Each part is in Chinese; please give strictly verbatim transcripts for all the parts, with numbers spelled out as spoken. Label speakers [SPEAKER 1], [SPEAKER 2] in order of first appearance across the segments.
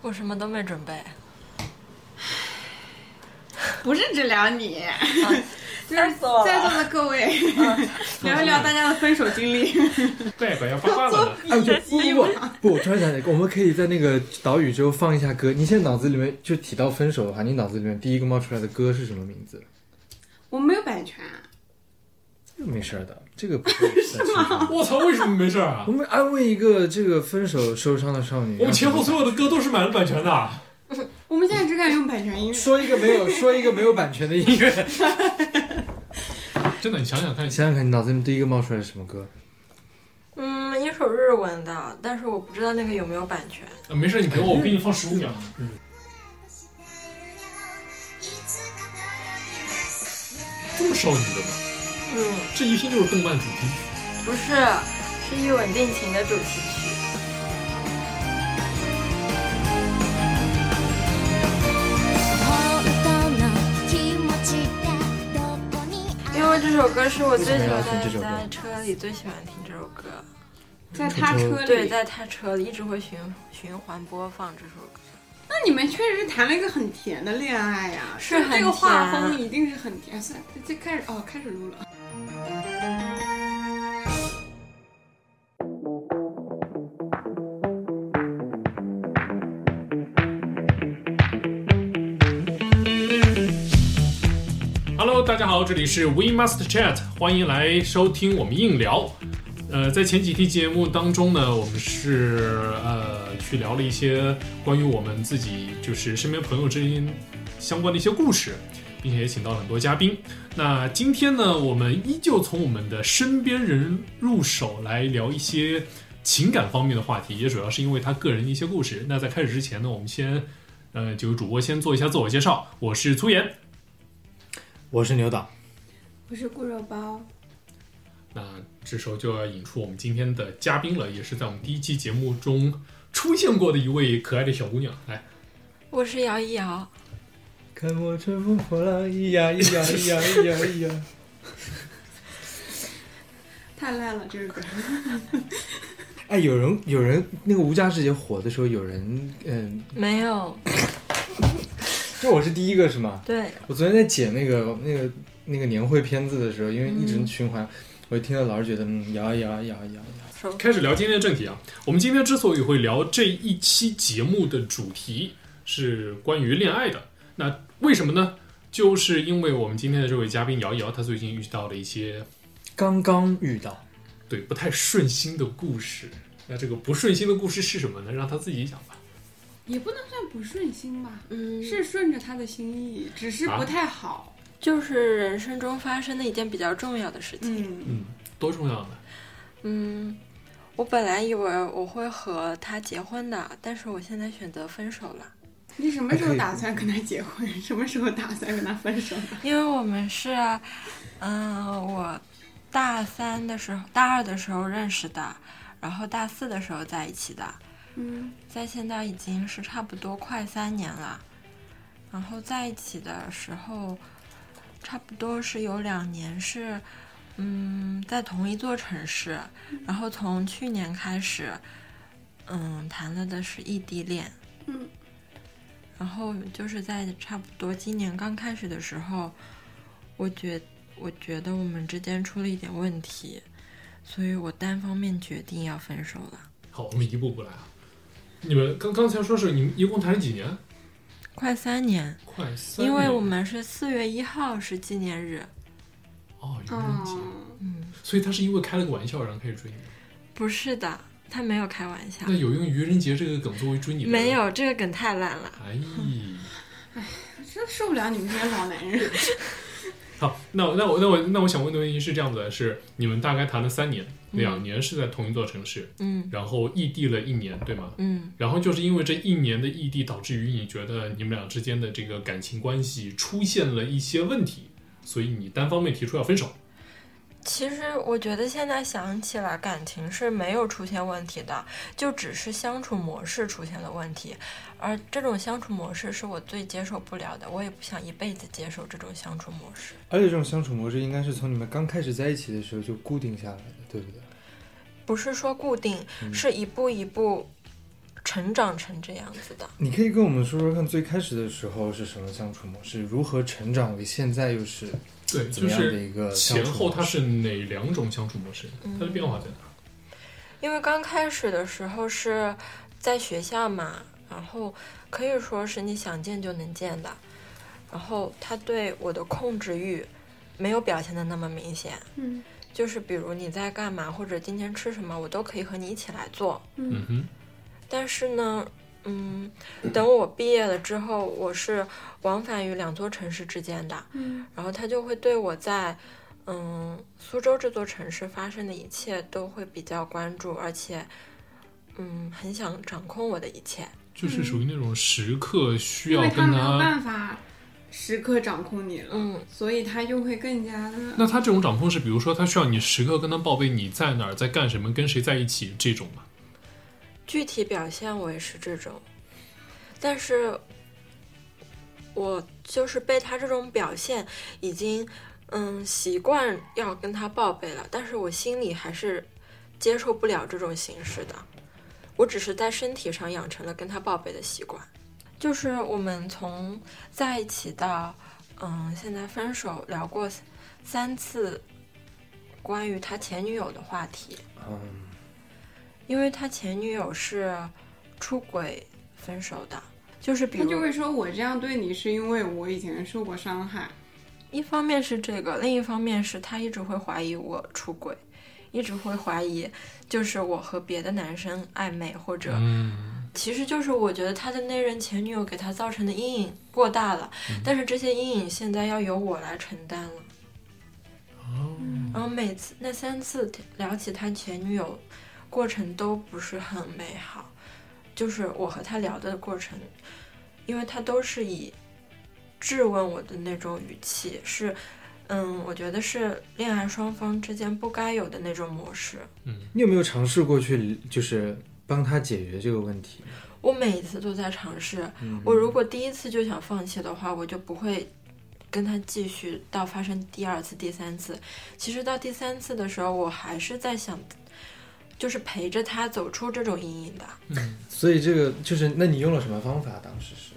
[SPEAKER 1] 我什么都没准备。
[SPEAKER 2] 不是只聊你，啊、就是在座的各位、嗯、聊一聊大家的分手经历。
[SPEAKER 3] 对，本要八卦了。
[SPEAKER 4] 哎，不不不不，我突然想起来，我们可以在那个岛屿之后放一下歌。你现在脑子里面就提到分手的话，你脑子里面第一个冒出来的歌是什么名字？
[SPEAKER 2] 我没有版权。
[SPEAKER 4] 这个没事的，这个不会
[SPEAKER 2] 是吗？
[SPEAKER 3] 我操，为什么没事啊？
[SPEAKER 4] 我们安慰一个这个分手受伤的少女。
[SPEAKER 3] 我们前后所有的歌都是买了版权的。
[SPEAKER 2] 我们现在只敢用版权音乐。
[SPEAKER 4] 说一个没有，说一个没有版权的音乐。
[SPEAKER 3] 真的，你想想看，
[SPEAKER 4] 想想看，你脑子里面第一个冒出来是什么歌？
[SPEAKER 1] 嗯，一首日文的，但是我不知道那个有没有版权。
[SPEAKER 3] 啊、没事，你给我，我给你放十五秒。嗯。这么少女的吗？
[SPEAKER 1] 嗯，
[SPEAKER 3] 这一听就是动漫主题曲。
[SPEAKER 1] 不是，是一吻定情的主题曲。因为这首歌是我最喜欢在在车里最喜欢听这首歌，
[SPEAKER 2] 在他车里，
[SPEAKER 1] 对，在他车里一直会循循环播放这首歌。
[SPEAKER 2] 那你们确实谈了一个很甜的恋爱呀、啊，
[SPEAKER 1] 是很甜，
[SPEAKER 2] 这个画风一定是很甜。算了，这开始哦，开始录了。
[SPEAKER 3] Hello， 大家好，这里是 We Must Chat， 欢迎来收听我们硬聊。呃，在前几期节目当中呢，我们是呃去聊了一些关于我们自己就是身边朋友之间相关的一些故事，并且也请到了很多嘉宾。那今天呢，我们依旧从我们的身边人入手来聊一些情感方面的话题，也主要是因为他个人的一些故事。那在开始之前呢，我们先呃就主播先做一下自我介绍，我是粗言。
[SPEAKER 4] 我是牛导，
[SPEAKER 2] 我是咕肉包。
[SPEAKER 3] 那这时候就要引出我们今天的嘉宾了，也是在我们第一期节目中出现过的一位可爱的小姑娘。来，
[SPEAKER 1] 我是姚一瑶。
[SPEAKER 4] 看我乘风破浪，咿呀咿呀咿呀咿呀咿呀。
[SPEAKER 2] 太烂了这个歌。
[SPEAKER 4] 哎，有人有人那个无家之节火的时候，有人嗯
[SPEAKER 1] 没有。
[SPEAKER 4] 就我是第一个是吗？
[SPEAKER 1] 对，
[SPEAKER 4] 我昨天在剪那个那个那个年会片子的时候，因为一直循环，嗯、我就听到老是觉得嗯摇摇摇摇摇。
[SPEAKER 3] 开始聊今天的正题啊，我们今天之所以会聊这一期节目的主题是关于恋爱的，那为什么呢？就是因为我们今天的这位嘉宾瑶瑶，她最近遇到了一些
[SPEAKER 4] 刚刚遇到
[SPEAKER 3] 对不太顺心的故事。那这个不顺心的故事是什么呢？让她自己讲吧。
[SPEAKER 2] 也不能算不顺心吧，
[SPEAKER 1] 嗯，
[SPEAKER 2] 是顺着他的心意，只是不太好、
[SPEAKER 1] 啊、就是人生中发生的一件比较重要的事情。
[SPEAKER 2] 嗯
[SPEAKER 3] 嗯，多重要呢？
[SPEAKER 1] 嗯，我本来以为我会和他结婚的，但是我现在选择分手了。
[SPEAKER 2] 你什么时候打算跟他结婚？什么时候打算跟他分手？
[SPEAKER 1] 因为我们是嗯、呃，我大三的时候大二的时候认识的，然后大四的时候在一起的。
[SPEAKER 2] 嗯，
[SPEAKER 1] 在现在已经是差不多快三年了，然后在一起的时候差不多是有两年是嗯在同一座城市，然后从去年开始嗯谈了的是异地恋。
[SPEAKER 2] 嗯，
[SPEAKER 1] 然后就是在差不多今年刚开始的时候，我觉我觉得我们之间出了一点问题，所以我单方面决定要分手了。
[SPEAKER 3] 好，我们一步步来啊。你们刚刚才说是你们一共谈了几年？
[SPEAKER 1] 快三年。
[SPEAKER 3] 快三年。
[SPEAKER 1] 因为我们是四月一号是纪念日。
[SPEAKER 3] 哦，愚人节。
[SPEAKER 1] 嗯。
[SPEAKER 3] 所以他是因为开了个玩笑然后开始追你？
[SPEAKER 1] 不是的，他没有开玩笑。
[SPEAKER 3] 那有用愚人节这个梗作为追你的？
[SPEAKER 1] 没有，这个梗太烂了。
[SPEAKER 3] 哎，
[SPEAKER 2] 哎，真受不了你们这些老男人。
[SPEAKER 3] 好，那我那我那我那我想问的问题是这样子的，是你们大概谈了三年，嗯、两年是在同一座城市，
[SPEAKER 1] 嗯，
[SPEAKER 3] 然后异地了一年，对吗？
[SPEAKER 1] 嗯，
[SPEAKER 3] 然后就是因为这一年的异地，导致于你觉得你们俩之间的这个感情关系出现了一些问题，所以你单方面提出要分手。
[SPEAKER 1] 其实我觉得现在想起来，感情是没有出现问题的，就只是相处模式出现了问题，而这种相处模式是我最接受不了的，我也不想一辈子接受这种相处模式。
[SPEAKER 4] 而且这种相处模式应该是从你们刚开始在一起的时候就固定下来的，对不对？
[SPEAKER 1] 不是说固定，嗯、是一步一步成长成这样子的。
[SPEAKER 4] 你可以跟我们说说看，最开始的时候是什么相处模式，如何成长为现在又是
[SPEAKER 3] 对，
[SPEAKER 4] 怎么样的一个相处模式？
[SPEAKER 3] 前后它是哪两种相处模式？它的变化在哪？
[SPEAKER 1] 因为刚开始的时候是在学校嘛，然后可以说是你想见就能见的，然后他对我的控制欲没有表现的那么明显，
[SPEAKER 2] 嗯，
[SPEAKER 1] 就是比如你在干嘛或者今天吃什么，我都可以和你一起来做，
[SPEAKER 3] 嗯哼。
[SPEAKER 1] 但是呢，嗯，等我毕业了之后，我是往返于两座城市之间的，
[SPEAKER 2] 嗯，
[SPEAKER 1] 然后他就会对我在嗯苏州这座城市发生的一切都会比较关注，而且嗯很想掌控我的一切，
[SPEAKER 3] 就是属于那种时刻需要跟
[SPEAKER 2] 因为他没有办法时刻掌控你了，
[SPEAKER 1] 嗯，
[SPEAKER 2] 所以他就会更加的。
[SPEAKER 3] 那他这种掌控是，比如说他需要你时刻跟他报备你在哪儿，在干什么，跟谁在一起这种吗？
[SPEAKER 1] 具体表现我也是这种，但是我就是被他这种表现已经嗯习惯要跟他报备了，但是我心里还是接受不了这种形式的，我只是在身体上养成了跟他报备的习惯。就是我们从在一起到嗯现在分手聊过三次关于他前女友的话题，
[SPEAKER 4] 嗯，
[SPEAKER 1] 因为他前女友是出轨分手的，就是比如
[SPEAKER 2] 他就会说我这样对你是因为我以前受过伤害，
[SPEAKER 1] 一方面是这个，另一方面是他一直会怀疑我出轨，一直会怀疑就是我和别的男生暧昧，或者、
[SPEAKER 3] 嗯、
[SPEAKER 1] 其实就是我觉得他的那任前女友给他造成的阴影过大了、嗯、但是这些阴影现在要由我来承担了、
[SPEAKER 3] 哦、
[SPEAKER 1] 然后每次那三次聊起他前女友过程都不是很美好，就是我和他聊的过程，因为他都是以质问我的那种语气，是嗯，我觉得是恋爱双方之间不该有的那种模式。
[SPEAKER 3] 嗯，
[SPEAKER 4] 你有没有尝试过去就是帮他解决这个问题？
[SPEAKER 1] 我每一次都在尝试、嗯、我如果第一次就想放弃的话，我就不会跟他继续到发生第二次第三次。其实到第三次的时候，我还是在想就是陪着他走出这种阴影的。
[SPEAKER 3] 嗯，
[SPEAKER 4] 所以这个就是那你用了什么方法当时是？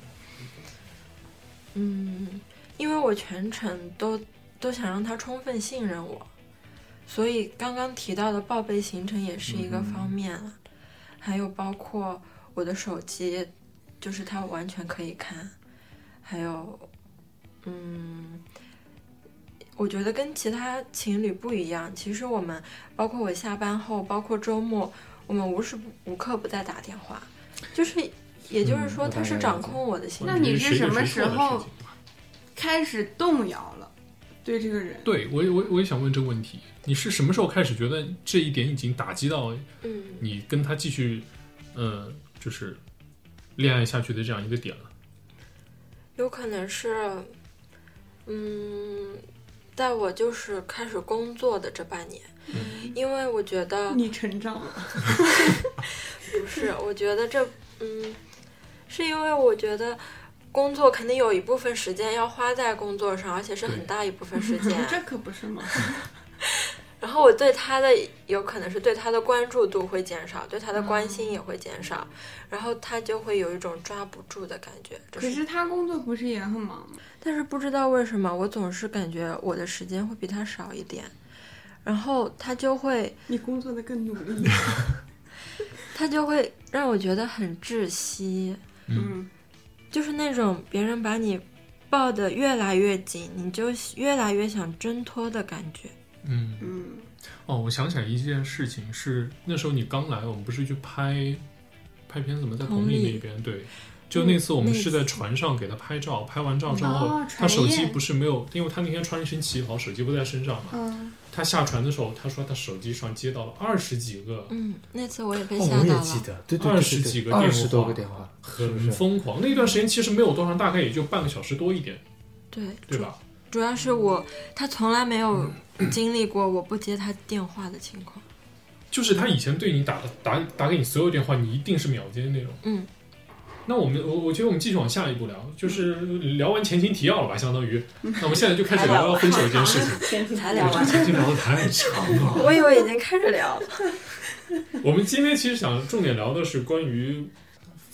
[SPEAKER 1] 嗯，因为我全程都都想让他充分信任我，所以刚刚提到的报备行程也是一个方面了、嗯、还有包括我的手机就是他完全可以看，还有嗯我觉得跟其他情侣不一样，其实我们包括我下班后包括周末，我们无时无刻不在打电话，就是也就是说他是掌控我的心、
[SPEAKER 2] 嗯、那你是什么时候开始动摇了对这个人？
[SPEAKER 3] 对，我也我我也想问这个问题，你是什么时候开始觉得这一点已经打击到你跟他继续呃就是恋爱下去的这样一个点了？
[SPEAKER 1] 有可能是嗯在我就是开始工作的这半年、嗯、因为我觉得
[SPEAKER 2] 你成长了
[SPEAKER 1] 不是，我觉得这嗯是因为我觉得工作肯定有一部分时间要花在工作上，而且是很大一部分时间
[SPEAKER 2] 这可不是吗
[SPEAKER 1] 然后我对他的有可能是对他的关注度会减少，对他的关心也会减少、嗯、然后他就会有一种抓不住的感觉。
[SPEAKER 2] 可是他工作不是也很忙吗？
[SPEAKER 1] 但是不知道为什么我总是感觉我的时间会比他少一点，然后他就会
[SPEAKER 2] 你工作的更努力
[SPEAKER 1] 他就会让我觉得很窒息，
[SPEAKER 2] 嗯，
[SPEAKER 1] 就是那种别人把你抱得越来越紧，你就越来越想挣脱的感觉。
[SPEAKER 3] 嗯
[SPEAKER 2] 嗯，
[SPEAKER 3] 哦，我想起来一件事情，是那时候你刚来，我们不是去拍拍片子吗？在同里那边，对，就那次我们是在船上给他拍照，拍完照之后、
[SPEAKER 2] 哦、
[SPEAKER 3] 他手机不是没有，因为他那天穿一身旗袍，手机不在身上嘛。
[SPEAKER 2] 嗯，
[SPEAKER 3] 他下船的时候，他说他手机上接到了二十几个，
[SPEAKER 1] 嗯，那次我也被吓到了，
[SPEAKER 4] 哦、我也记得，对对对对，
[SPEAKER 3] 二十几个电话，
[SPEAKER 4] 二十多个电话，
[SPEAKER 3] 很疯狂。那段时间其实没有多长，大概也就半个小时多一点，
[SPEAKER 1] 对
[SPEAKER 3] 对吧？
[SPEAKER 1] 主要是我，他从来没有经历过我不接他电话的情况。
[SPEAKER 3] 就是他以前对你打打打给你所有电话，你一定是秒接那种。
[SPEAKER 1] 嗯。
[SPEAKER 3] 那我们我我觉得我们继续往下一步聊，就是聊完前情提要了吧，相当于。那我们现在就开始聊聊分手这件事情。
[SPEAKER 1] 才聊完。
[SPEAKER 3] 前情聊得太长了。
[SPEAKER 1] 我以为已经开始聊了。
[SPEAKER 3] 我们今天其实想重点聊的是关于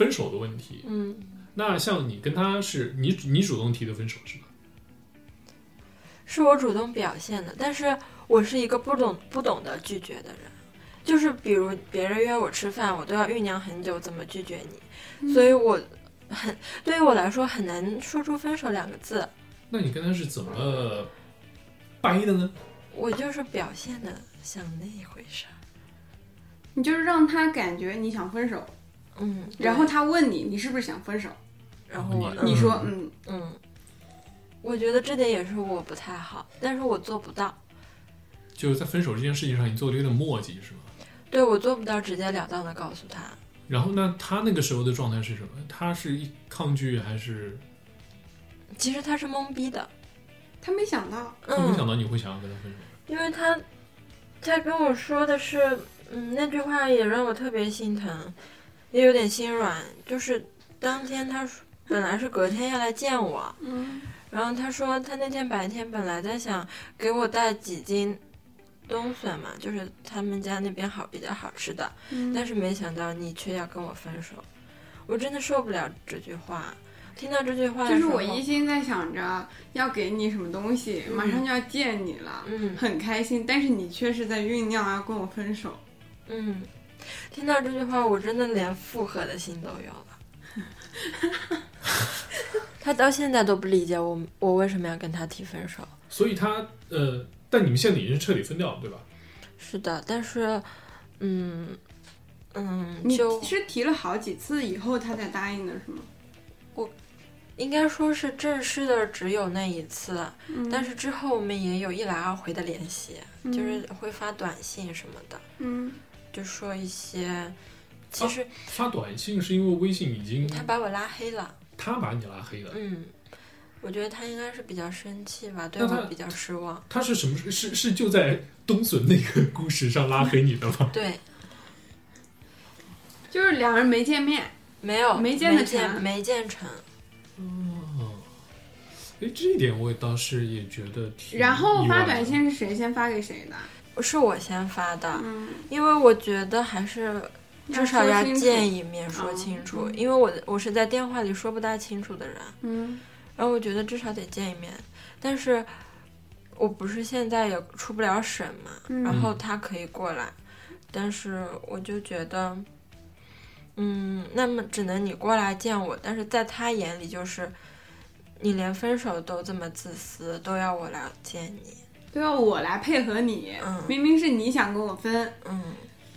[SPEAKER 3] 分手的问题。
[SPEAKER 1] 嗯，
[SPEAKER 3] 那像你跟他是你你主动提的分手是吧？
[SPEAKER 1] 是我主动表现的，但是我是一个不懂不懂得拒绝的人，就是比如别人约我吃饭，我都要酝酿很久怎么拒绝你，嗯、所以我很对于我来说很难说出分手两个字。
[SPEAKER 3] 那你跟他是怎么掰的呢？
[SPEAKER 1] 我就是表现的像那一回事，
[SPEAKER 2] 你就是让他感觉你想分手，
[SPEAKER 1] 嗯，
[SPEAKER 2] 然后他问你你是不是想分手，
[SPEAKER 1] 然后我
[SPEAKER 2] 你说嗯
[SPEAKER 1] 嗯。我觉得这点也是我不太好，但是我做不到。
[SPEAKER 3] 就是在分手这件事情上，你做的有点磨叽，是吗？
[SPEAKER 1] 对，我做不到直截了当的告诉他。
[SPEAKER 3] 然后呢，他那个时候的状态是什么？他是抗拒还是？
[SPEAKER 1] 其实他是懵逼的，
[SPEAKER 2] 他没想到，
[SPEAKER 3] 他没想到你会想要跟他分手，
[SPEAKER 1] 嗯、因为他他跟我说的是，嗯，那句话也让我特别心疼，也有点心软。就是当天他本来是隔天要来见我，
[SPEAKER 2] 嗯。
[SPEAKER 1] 然后他说他那天白天本来在想给我带几斤冬笋嘛，就是他们家那边好比较好吃的、嗯、但是没想到你却要跟我分手。我真的受不了这句话，听到这句话的时候
[SPEAKER 2] 就是我一心在想着要给你什么东西、嗯、马上就要见你了，
[SPEAKER 1] 嗯，很
[SPEAKER 2] 开心，但是你却是在酝酿要跟我分手。
[SPEAKER 1] 嗯，听到这句话我真的连复合的心都有了。他到现在都不理解我，我为什么要跟他提分手。
[SPEAKER 3] 所以他呃，但你们现在已经彻底分掉了，对吧？
[SPEAKER 1] 是的，但是，嗯嗯，
[SPEAKER 2] 你
[SPEAKER 1] 就是
[SPEAKER 2] 提了好几次以后他才答应的是吗？
[SPEAKER 1] 我应该说是正式的只有那一次、
[SPEAKER 2] 嗯、
[SPEAKER 1] 但是之后我们也有一来二回的联系、
[SPEAKER 2] 嗯、
[SPEAKER 1] 就是会发短信什么的，
[SPEAKER 2] 嗯，
[SPEAKER 1] 就说一些其实、
[SPEAKER 3] 啊、发短信是因为微信已经
[SPEAKER 1] 他把我拉黑了。
[SPEAKER 3] 他把你拉黑了，
[SPEAKER 1] 嗯，我觉得他应该是比较生气吧，对我比较失望。
[SPEAKER 3] 他是什么？是是就在冬笋那个故事上拉黑你的吗？
[SPEAKER 1] 对，
[SPEAKER 2] 就是两人没见面，
[SPEAKER 1] 没有
[SPEAKER 2] 没见得成，
[SPEAKER 1] 没见成。
[SPEAKER 3] 哦，哎，这一点我倒是也觉得挺。
[SPEAKER 2] 然后发短信是谁先发给谁的？
[SPEAKER 1] 是我先发的，
[SPEAKER 2] 嗯，
[SPEAKER 1] 因为我觉得还是。至少要见一面说清楚，
[SPEAKER 2] 嗯、
[SPEAKER 1] 因为我我是在电话里说不大清楚的人，
[SPEAKER 2] 嗯，
[SPEAKER 1] 然后我觉得至少得见一面，但是我不是现在也出不了省嘛、
[SPEAKER 2] 嗯，
[SPEAKER 1] 然后他可以过来，但是我就觉得，嗯，那么只能你过来见我，但是在他眼里就是你连分手都这么自私，都要我来见你，
[SPEAKER 2] 都要我来配合你，
[SPEAKER 1] 嗯，
[SPEAKER 2] 明明是你想跟我分，
[SPEAKER 1] 嗯。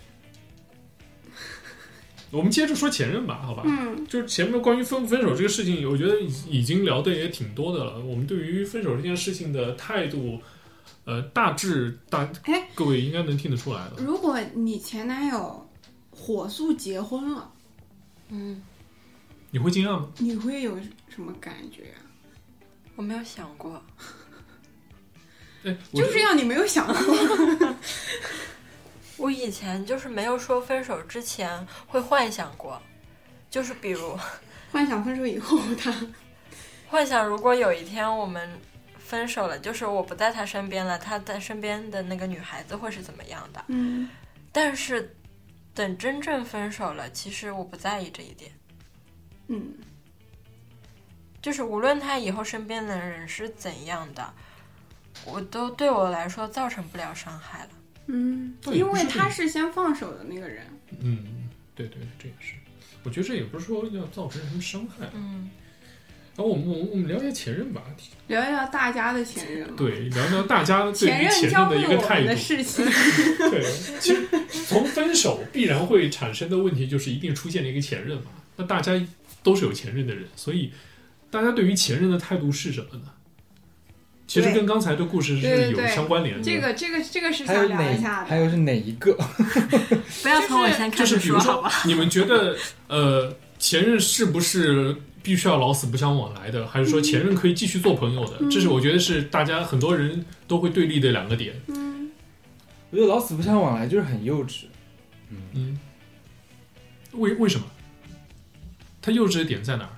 [SPEAKER 3] 我们接着说前任吧，好吧？
[SPEAKER 2] 嗯，
[SPEAKER 3] 就是前面关于分不分手这个事情，我觉得已经聊的也挺多的了。我们对于分手这件事情的态度，呃，大致大，
[SPEAKER 2] 哎，
[SPEAKER 3] 各位应该能听得出来的。
[SPEAKER 2] 如果你前男友火速结婚了，
[SPEAKER 1] 嗯，
[SPEAKER 3] 你会惊讶吗？
[SPEAKER 2] 你会有什么感觉啊？
[SPEAKER 1] 我没有想过，
[SPEAKER 3] 哎，
[SPEAKER 2] 就是要你没有想过。
[SPEAKER 1] 我以前就是没有说分手之前会幻想过，就是比如
[SPEAKER 2] 幻想分手以后他
[SPEAKER 1] 幻想如果有一天我们分手了，就是我不在他身边了，他在身边的那个女孩子会是怎么样的。
[SPEAKER 2] 嗯，
[SPEAKER 1] 但是等真正分手了，其实我不在意这一点。
[SPEAKER 2] 嗯，
[SPEAKER 1] 就是无论他以后身边的人是怎样的，我都对我来说造成不了伤害了。
[SPEAKER 2] 嗯，因为他是先放手的那个人。
[SPEAKER 3] 嗯，对对，这也是。我觉得这也不是说要造成什么伤害。
[SPEAKER 1] 嗯。
[SPEAKER 3] 然后我们我们我们聊一下前任吧，
[SPEAKER 2] 聊一聊大家的前任。
[SPEAKER 3] 对，聊聊大家对于前
[SPEAKER 2] 任
[SPEAKER 3] 的一个态度。
[SPEAKER 2] 的事情。
[SPEAKER 3] 对，其实从分手必然会产生的问题就是一定出现了一个前任嘛。那大家都是有前任的人，所以大家对于前任的态度是什么呢？其实跟刚才的故事是有相关联的。
[SPEAKER 2] 对对对，这个这个这个是想聊一下的。
[SPEAKER 4] 还有是哪一个？
[SPEAKER 1] 不要从我先开始说好吧。
[SPEAKER 3] 你们觉得呃，前任是不是必须要老死不相往来的，还是说前任可以继续做朋友的？
[SPEAKER 2] 嗯、
[SPEAKER 3] 这是我觉得是大家很多人都会对立的两个点。
[SPEAKER 2] 嗯，
[SPEAKER 4] 我觉得老死不相往来就是很幼稚。
[SPEAKER 3] 嗯嗯，为为什么？他幼稚的点在哪儿？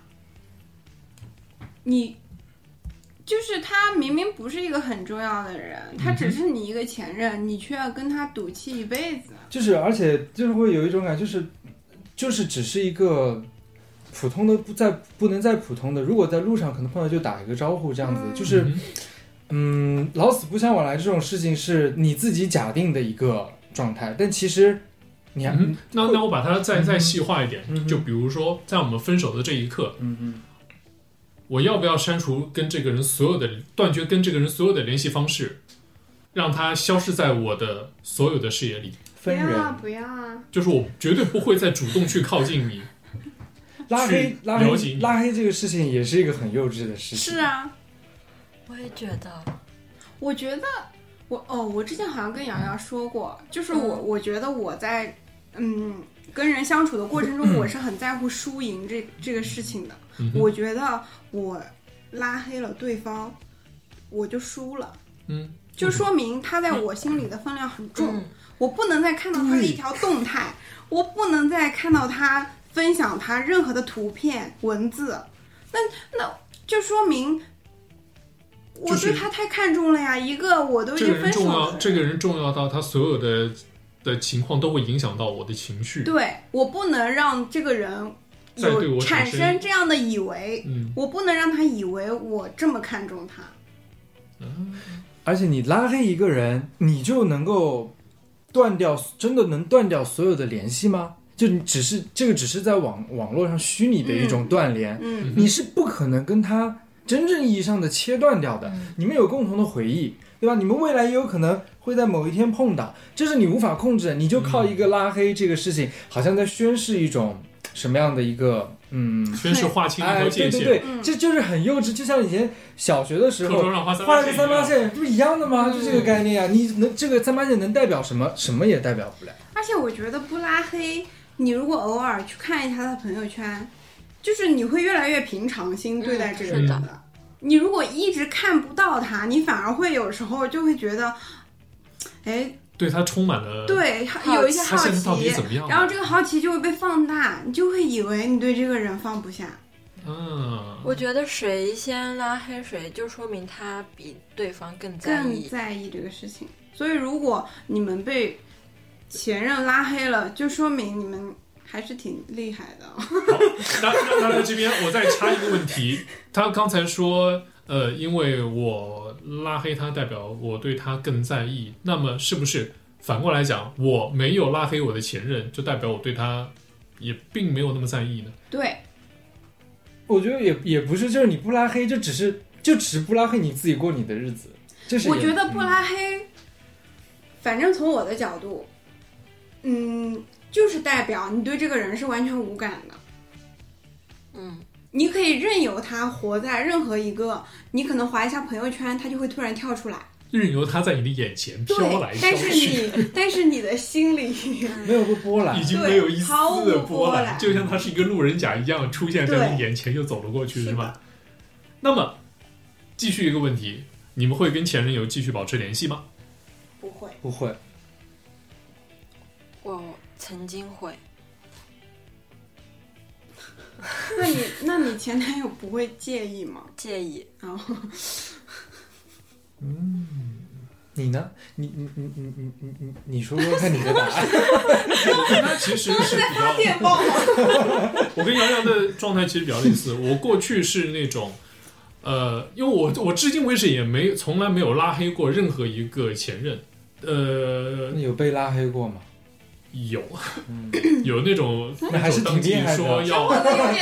[SPEAKER 2] 你。就是他明明不是一个很重要的人，他只是你一个前任，嗯、你却要跟他赌气一辈子。
[SPEAKER 4] 就是，而且就是会有一种感觉，就是就是只是一个普通的不在不能再普通的，如果在路上可能碰到就打一个招呼这样子，嗯、就是嗯老死不相往来这种事情是你自己假定的一个状态，但其实你还、
[SPEAKER 3] 嗯、那那我把它再、嗯、再细化一点、嗯，就比如说在我们分手的这一刻，
[SPEAKER 4] 嗯嗯，
[SPEAKER 3] 我要不要删除跟这个人所有的断绝跟这个人所有的联系方式，让他消失在我的所有的视野里？
[SPEAKER 2] 不要啊，不要啊！
[SPEAKER 3] 就是我绝对不会再主动去靠近你。
[SPEAKER 4] 拉黑拉黑拉黑这个事情也是一个很幼稚的事情。
[SPEAKER 2] 是啊，
[SPEAKER 1] 我也觉得。
[SPEAKER 2] 我觉得我哦，我之前好像跟瑶瑶说过，就是我、嗯、我觉得我在嗯跟人相处的过程中，我是很在乎输赢这这个事情的、嗯。我觉得我拉黑了对方，我就输了。
[SPEAKER 3] 嗯，
[SPEAKER 2] 就说明他在我心里的分量很重。嗯，我不能再看到他的一条动态，我不能再看到他分享他任何的图片文字，那那就说明我对他太看重了呀、就是、一个我都已经分手了，
[SPEAKER 3] 这个人重要到他所有的的情况都会影响到我的情绪，
[SPEAKER 2] 对，我不能让这个人有产生这样的以为、嗯、我不能让他以为我这么看重他、
[SPEAKER 3] 嗯、
[SPEAKER 4] 而且你拉黑一个人你就能够断掉，真的能断掉所有的联系吗？就你只是这个只是在网网络上虚拟的一种断联、
[SPEAKER 2] 嗯嗯、
[SPEAKER 4] 你是不可能跟他真正意义上的切断掉的、嗯、你们有共同的回忆，对吧？你们未来也有可能会在某一天碰到，这是你无法控制的，你就靠一个拉黑这个事情、嗯、好像在宣示一种什么样的一个嗯，
[SPEAKER 3] 宣示划清一条界限、
[SPEAKER 4] 哎、对对对、嗯、这就是很幼稚，就像以前小学的时候画一个三八线不是一样的吗、嗯、就这个概念啊，你能这个三八线能代表什么？什么也代表不了。
[SPEAKER 2] 而且我觉得不拉黑，你如果偶尔去看一下他的朋友圈，就是你会越来越平常心对待这个人的、嗯、你如果一直看不到他，你反而会有时候就会觉得哎，
[SPEAKER 3] 对他充满了
[SPEAKER 2] 对有一些好奇，
[SPEAKER 3] 到底怎么样，
[SPEAKER 2] 然后这个好奇就会被放大，你就会以为你对这个人放不下。
[SPEAKER 3] 嗯，
[SPEAKER 1] 我觉得谁先拉黑谁，就说明他比对方更在意
[SPEAKER 2] 更在意这个事情。所以如果你们被前任拉黑了，就说明你们还是挺厉害的。
[SPEAKER 3] 好，那那那这边我再插一个问题，他刚才说呃，因为我拉黑他代表我对他更在意，那么是不是反过来讲，我没有拉黑我的前任就代表我对他也并没有那么在意呢？
[SPEAKER 2] 对，
[SPEAKER 4] 我觉得也也不是，就是你不拉黑就只是就只是不拉黑你自己过你的日子，就是
[SPEAKER 2] 我觉得不拉黑、嗯、反正从我的角度嗯，就是代表你对这个人是完全无感的。
[SPEAKER 1] 嗯，
[SPEAKER 2] 你可以任由他活在任何一个，你可能滑一下朋友圈，他就会突然跳出来，
[SPEAKER 3] 任由他在你的眼前飘来飘去。
[SPEAKER 2] 但是你，但是你的心里
[SPEAKER 4] 没有个波澜，
[SPEAKER 3] 已经没有一丝的波澜，就像他是一个路人甲一样出现在你眼前就走了过去，是吗？那么，继续一个问题，你们会跟前任有继续保持联系吗？
[SPEAKER 2] 不会，
[SPEAKER 4] 不会。
[SPEAKER 1] 我曾经会。
[SPEAKER 2] 那你那你前男友不会介意吗？
[SPEAKER 1] 介意。
[SPEAKER 2] 哦，
[SPEAKER 4] 嗯，你呢？你你你你你你你你说说看你的答案。
[SPEAKER 3] 那其实是比较
[SPEAKER 2] 电报吗？
[SPEAKER 3] 我跟洋洋的状态其实比较类似。我过去是那种，呃，因为我我至今为止也没从来没有拉黑过任何一个前任。呃，
[SPEAKER 4] 你有被拉黑过吗？
[SPEAKER 3] 有，嗯、有那种
[SPEAKER 4] 那还是挺厉害的，
[SPEAKER 3] 说要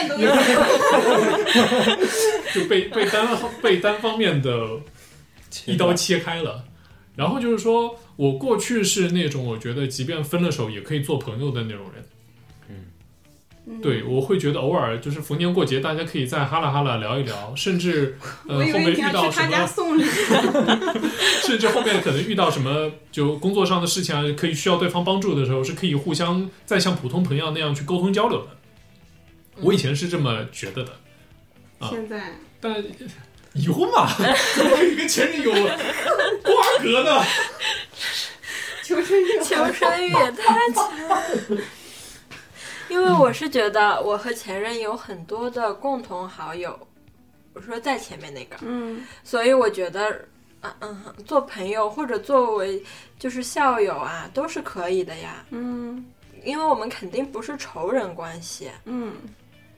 [SPEAKER 3] 就被被单被单方面的一刀切开了。然后就是说我过去是那种我觉得即便分了手也可以做朋友的那种人。
[SPEAKER 2] 嗯，
[SPEAKER 3] 对，我会觉得偶尔就是逢年过节大家可以再哈拉哈拉聊一聊，甚至呃后面遇到什么甚至后面可能遇到什么就工作上的事情啊，可以需要对方帮助的时候，是可以互相再像普通朋友那样去沟通交流的。我以前是这么觉得的。
[SPEAKER 2] 啊、现在
[SPEAKER 3] 但已婚嘛，怎么可以跟前任有瓜葛呢？
[SPEAKER 2] 求生欲，
[SPEAKER 1] 求生欲也太强了。因为我是觉得我和前任有很多的共同好友，我说在前面那个，
[SPEAKER 2] 嗯，
[SPEAKER 1] 所以我觉得，嗯嗯，做朋友或者作为就是校友啊，都是可以的呀，
[SPEAKER 2] 嗯，
[SPEAKER 1] 因为我们肯定不是仇人关系，
[SPEAKER 2] 嗯，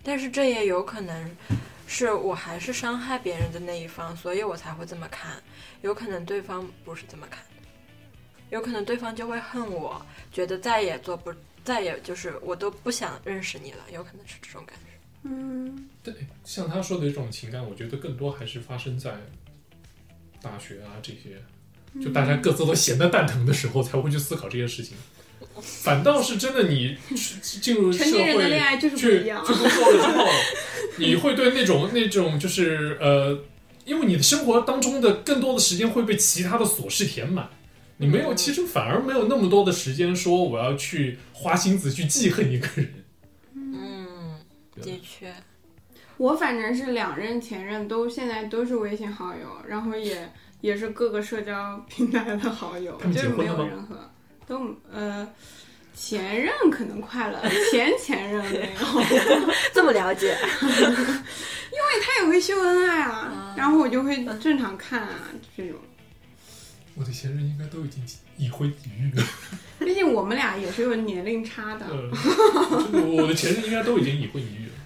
[SPEAKER 1] 但是这也有可能是我还是伤害别人的那一方，所以我才会这么看。有可能对方不是这么看的，有可能对方就会恨我，觉得再也做不再也就是我都不想认识你了，有可能是这种感觉。
[SPEAKER 2] 嗯，
[SPEAKER 3] 对，像他说的这种情感，我觉得更多还是发生在大学啊这些，就大家各自都闲得蛋疼的时候才会去思考这些事情。反倒是真的，你进入社会
[SPEAKER 2] 成年人的恋爱就是不一样。
[SPEAKER 3] 去工作了之后，你会对那种那种就是呃，因为你的生活当中的更多的时间会被其他的琐事填满，你没有，其实反而没有那么多的时间说我要去花心思去记恨一个人。
[SPEAKER 1] 嗯，的确。
[SPEAKER 2] 我反正是两任前任都现在都是微信好友，然后也也是各个社交平台的好友，就是没有任何都呃前任可能快了，前前任没有
[SPEAKER 1] 这么了解，
[SPEAKER 2] 因为他也会秀恩爱啊，嗯、然后我就会正常看啊这种。
[SPEAKER 3] 我的前任应该都已经已婚已育了，
[SPEAKER 2] 毕竟我们俩也是有年龄差的。
[SPEAKER 3] 呃、我的前任应该都已经已婚已育了。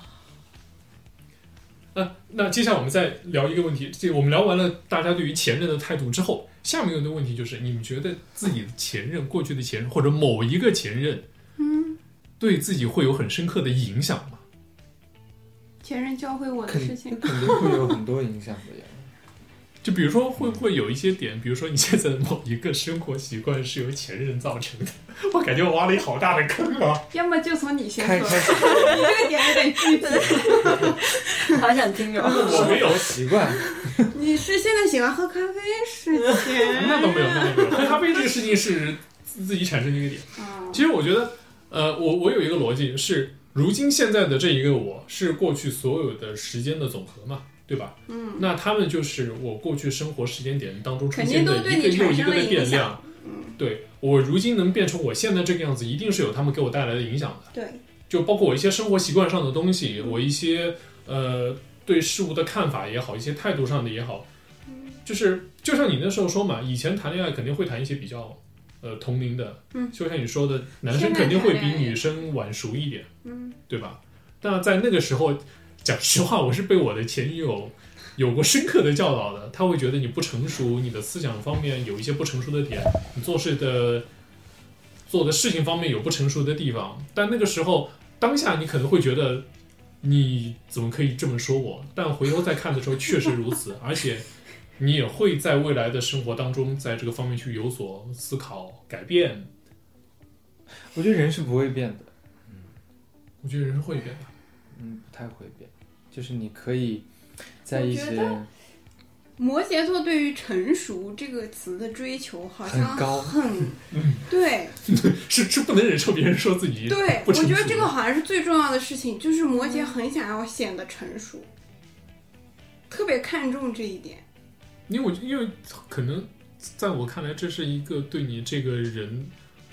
[SPEAKER 3] 啊，那接下来我们再聊一个问题，这我们聊完了大家对于前任的态度之后，下面有一个问题就是，你们觉得自己的前任、过去的前任或者某一个前任，
[SPEAKER 2] 嗯，
[SPEAKER 3] 对自己会有很深刻的影响吗？
[SPEAKER 2] 前任教会我的事情，
[SPEAKER 4] 肯定会有很多影响的呀。
[SPEAKER 3] 就比如说，会不会有一些点，比如说你现在的某一个生活习惯是由前任造成的？我感觉我挖了一好大的坑啊！
[SPEAKER 2] 要么就从你先说，
[SPEAKER 4] 开始
[SPEAKER 2] 你这个点有点具体，
[SPEAKER 1] 好想听哦。
[SPEAKER 3] 我没有
[SPEAKER 4] 习惯。
[SPEAKER 2] 你是现在喜欢喝咖啡是前？
[SPEAKER 3] 那都没有，那都没有。喝咖啡这个事情是自己产生的一个点。
[SPEAKER 2] 哦、
[SPEAKER 3] 其实我觉得，呃，我我有一个逻辑是，如今现在的这一个我是过去所有的时间的总和嘛。对吧？
[SPEAKER 2] 嗯，
[SPEAKER 3] 那他们就是我过去生活时间点当中出现的一个又一个的变量。
[SPEAKER 2] 嗯，
[SPEAKER 3] 对，我如今能变成我现在这个样子，一定是有他们给我带来的影响的。
[SPEAKER 2] 对，
[SPEAKER 3] 就包括我一些生活习惯上的东西，我一些呃对事物的看法也好，一些态度上的也好，就是就像你那时候说嘛，以前谈恋爱肯定会谈一些比较呃同龄的，
[SPEAKER 2] 嗯，
[SPEAKER 3] 就像你说的，男生肯定会比女生晚熟一点，
[SPEAKER 2] 嗯，
[SPEAKER 3] 对吧？但在那个时候。讲实话，我是被我的前女友有过深刻的教导的。他会觉得你不成熟，你的思想方面有一些不成熟的点，你做事的做的事情方面有不成熟的地方。但那个时候，当下你可能会觉得你怎么可以这么说我？但回头再看的时候，确实如此。而且你也会在未来的生活当中，在这个方面去有所思考、改变。
[SPEAKER 4] 我觉得人是不会变的。
[SPEAKER 3] 嗯，我觉得人会变的。
[SPEAKER 4] 嗯，不太会变。就是你可以在一些
[SPEAKER 2] 摩羯座对于成熟这个词的追求好像
[SPEAKER 4] 很高，
[SPEAKER 2] 很
[SPEAKER 3] 嗯，
[SPEAKER 2] 对，
[SPEAKER 3] 是是不能忍受别人说自己
[SPEAKER 2] 对，
[SPEAKER 3] 不成熟。
[SPEAKER 2] 我觉得这个好像是最重要的事情，就是摩羯很想要显得成熟，嗯、特别看重这一点。
[SPEAKER 3] 因为我因为可能在我看来，这是一个对你这个人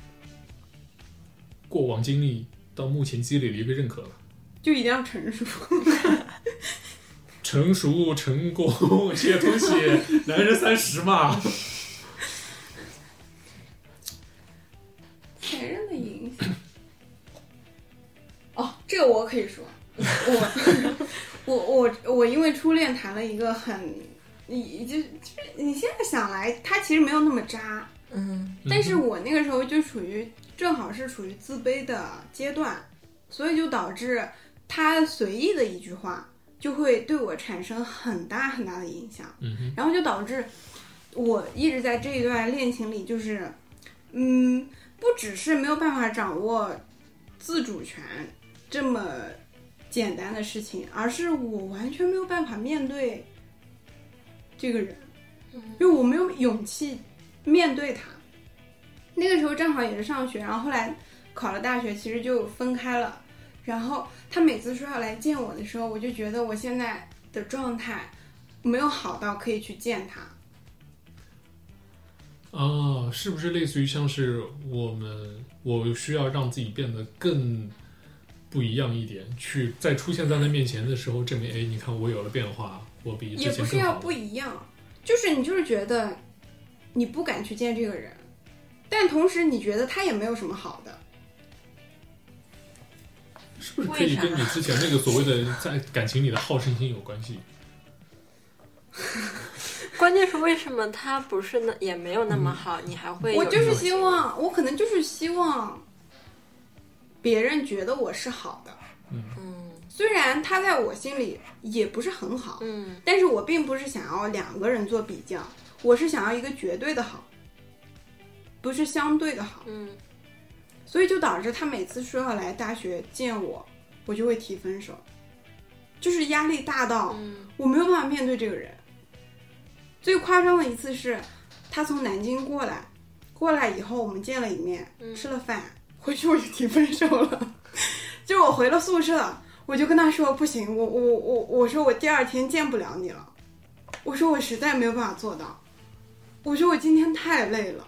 [SPEAKER 3] 过往经历到目前积累的一个认可了。
[SPEAKER 2] 就一定要成熟，
[SPEAKER 3] 成熟、成功这些东西，男人三十嘛。
[SPEAKER 2] 前任的影响，哦，这个我可以说，我我我我因为初恋谈了一个很，你就你现在想来，他其实没有那么渣，
[SPEAKER 1] 嗯，
[SPEAKER 2] 但是我那个时候就处于正好是处于自卑的阶段，所以就导致。他随意的一句话就会对我产生很大很大的影响，
[SPEAKER 3] 嗯，
[SPEAKER 2] 然后就导致我一直在这一段恋情里，就是嗯，不只是没有办法掌握自主权这么简单的事情，而是我完全没有办法面对这个人，因为我没有勇气面对他。那个时候正好也是上学，然后后来考了大学，其实就分开了。然后他每次说要来见我的时候，我就觉得我现在的状态没有好到可以去见他。
[SPEAKER 3] 啊，是不是类似于像是我们我需要让自己变得更不一样一点，去在出现在他面前的时候证明，哎，你看我有了变化，我比之前更好。
[SPEAKER 2] 也不是要不一样，就是你就是觉得你不敢去见这个人，但同时你觉得他也没有什么好的。
[SPEAKER 3] 是不是可以跟你之前那个所谓的在感情里的好胜心有关系？
[SPEAKER 1] 关键是为什么他不是那也没有那么好，嗯、你还会有？
[SPEAKER 2] 我就是希望，我可能就是希望别人觉得我是好的。
[SPEAKER 3] 嗯，
[SPEAKER 2] 虽然他在我心里也不是很好，
[SPEAKER 1] 嗯，
[SPEAKER 2] 但是我并不是想要两个人做比较，我是想要一个绝对的好，不是相对的好。
[SPEAKER 1] 嗯，
[SPEAKER 2] 所以就导致他每次说要来大学见我，我就会提分手，就是压力大到我没有办法面对这个人。最夸张的一次是他从南京过来，过来以后我们见了一面，
[SPEAKER 1] 嗯、
[SPEAKER 2] 吃了饭，回去我就提分手了。就我回了宿舍，我就跟他说不行，我我我我说我第二天见不了你了，我说我实在没有办法做到，我说我今天太累了。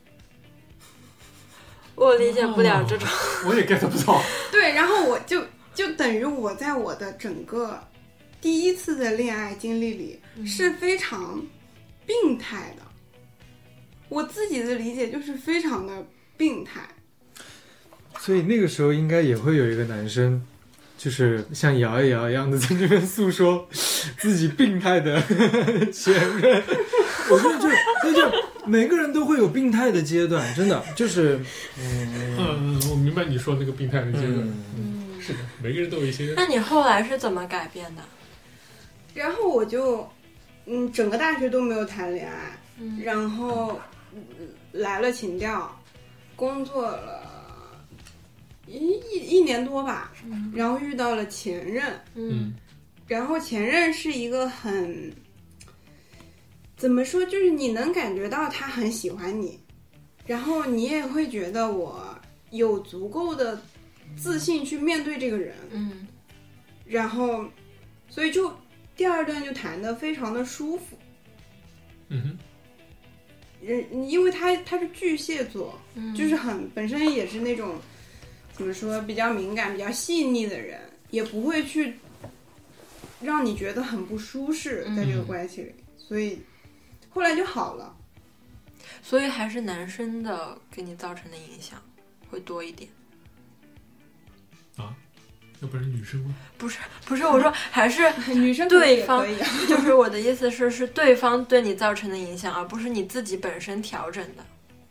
[SPEAKER 1] 我理解不了这种、
[SPEAKER 3] 哦、我也 get 不到。
[SPEAKER 2] 对，然后我就就等于我在我的整个第一次的恋爱经历里、嗯、是非常病态的，我自己的理解就是非常的病态。
[SPEAKER 4] 所以那个时候应该也会有一个男生就是像摇一摇一样的在这边诉说自己病态的前任。我觉得就那就每个人都会有病态的阶段，真的就是
[SPEAKER 3] 嗯, 嗯我明白你说那个病态的阶段。嗯, 嗯是的，每个人都有一些。
[SPEAKER 1] 那你后来是怎么改变的？
[SPEAKER 2] 然后我就嗯整个大学都没有谈恋爱、嗯、然后来了情调，工作了一一一年多吧、嗯、然后遇到了前任。
[SPEAKER 1] 嗯，
[SPEAKER 2] 然后前任是一个很怎么说，就是你能感觉到他很喜欢你，然后你也会觉得我有足够的自信去面对这个人。
[SPEAKER 1] 嗯，
[SPEAKER 2] 然后所以就第二段就谈得非常的舒服。
[SPEAKER 3] 嗯哼，
[SPEAKER 2] 人因为他他是巨蟹座、
[SPEAKER 1] 嗯、
[SPEAKER 2] 就是很本身也是那种怎么说比较敏感比较细腻的人，也不会去让你觉得很不舒适在这个关系里、嗯、所以后来就好了。
[SPEAKER 1] 所以还是男生的给你造成的影响会多一点
[SPEAKER 3] 啊？要不然女生吗？
[SPEAKER 1] 不是不是，我说还是
[SPEAKER 2] 女生
[SPEAKER 1] 对方
[SPEAKER 2] 可以、啊、
[SPEAKER 1] 就是我的意思是是对方对你造成的影响，而不是你自己本身调整的。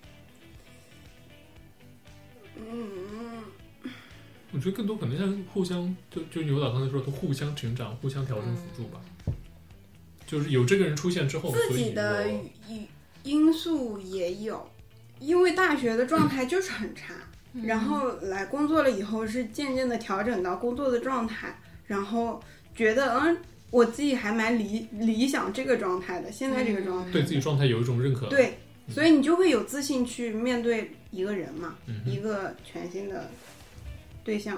[SPEAKER 2] 嗯，
[SPEAKER 3] 我觉得更多可能像互相就就牛导刚才说的互相成长互相调整辅助吧、嗯、就是有这个人出现之后
[SPEAKER 2] 自己的因素也有，因为大学的状态就是很差、嗯、然后来工作了以后是渐渐的调整到工作的状态，然后觉得嗯我自己还蛮理理想这个状态的，现在这个状态、嗯、
[SPEAKER 3] 对自己状态有一种认可。
[SPEAKER 2] 对，所以你就会有自信去面对一个人嘛、
[SPEAKER 3] 嗯、
[SPEAKER 2] 一个全新的对象。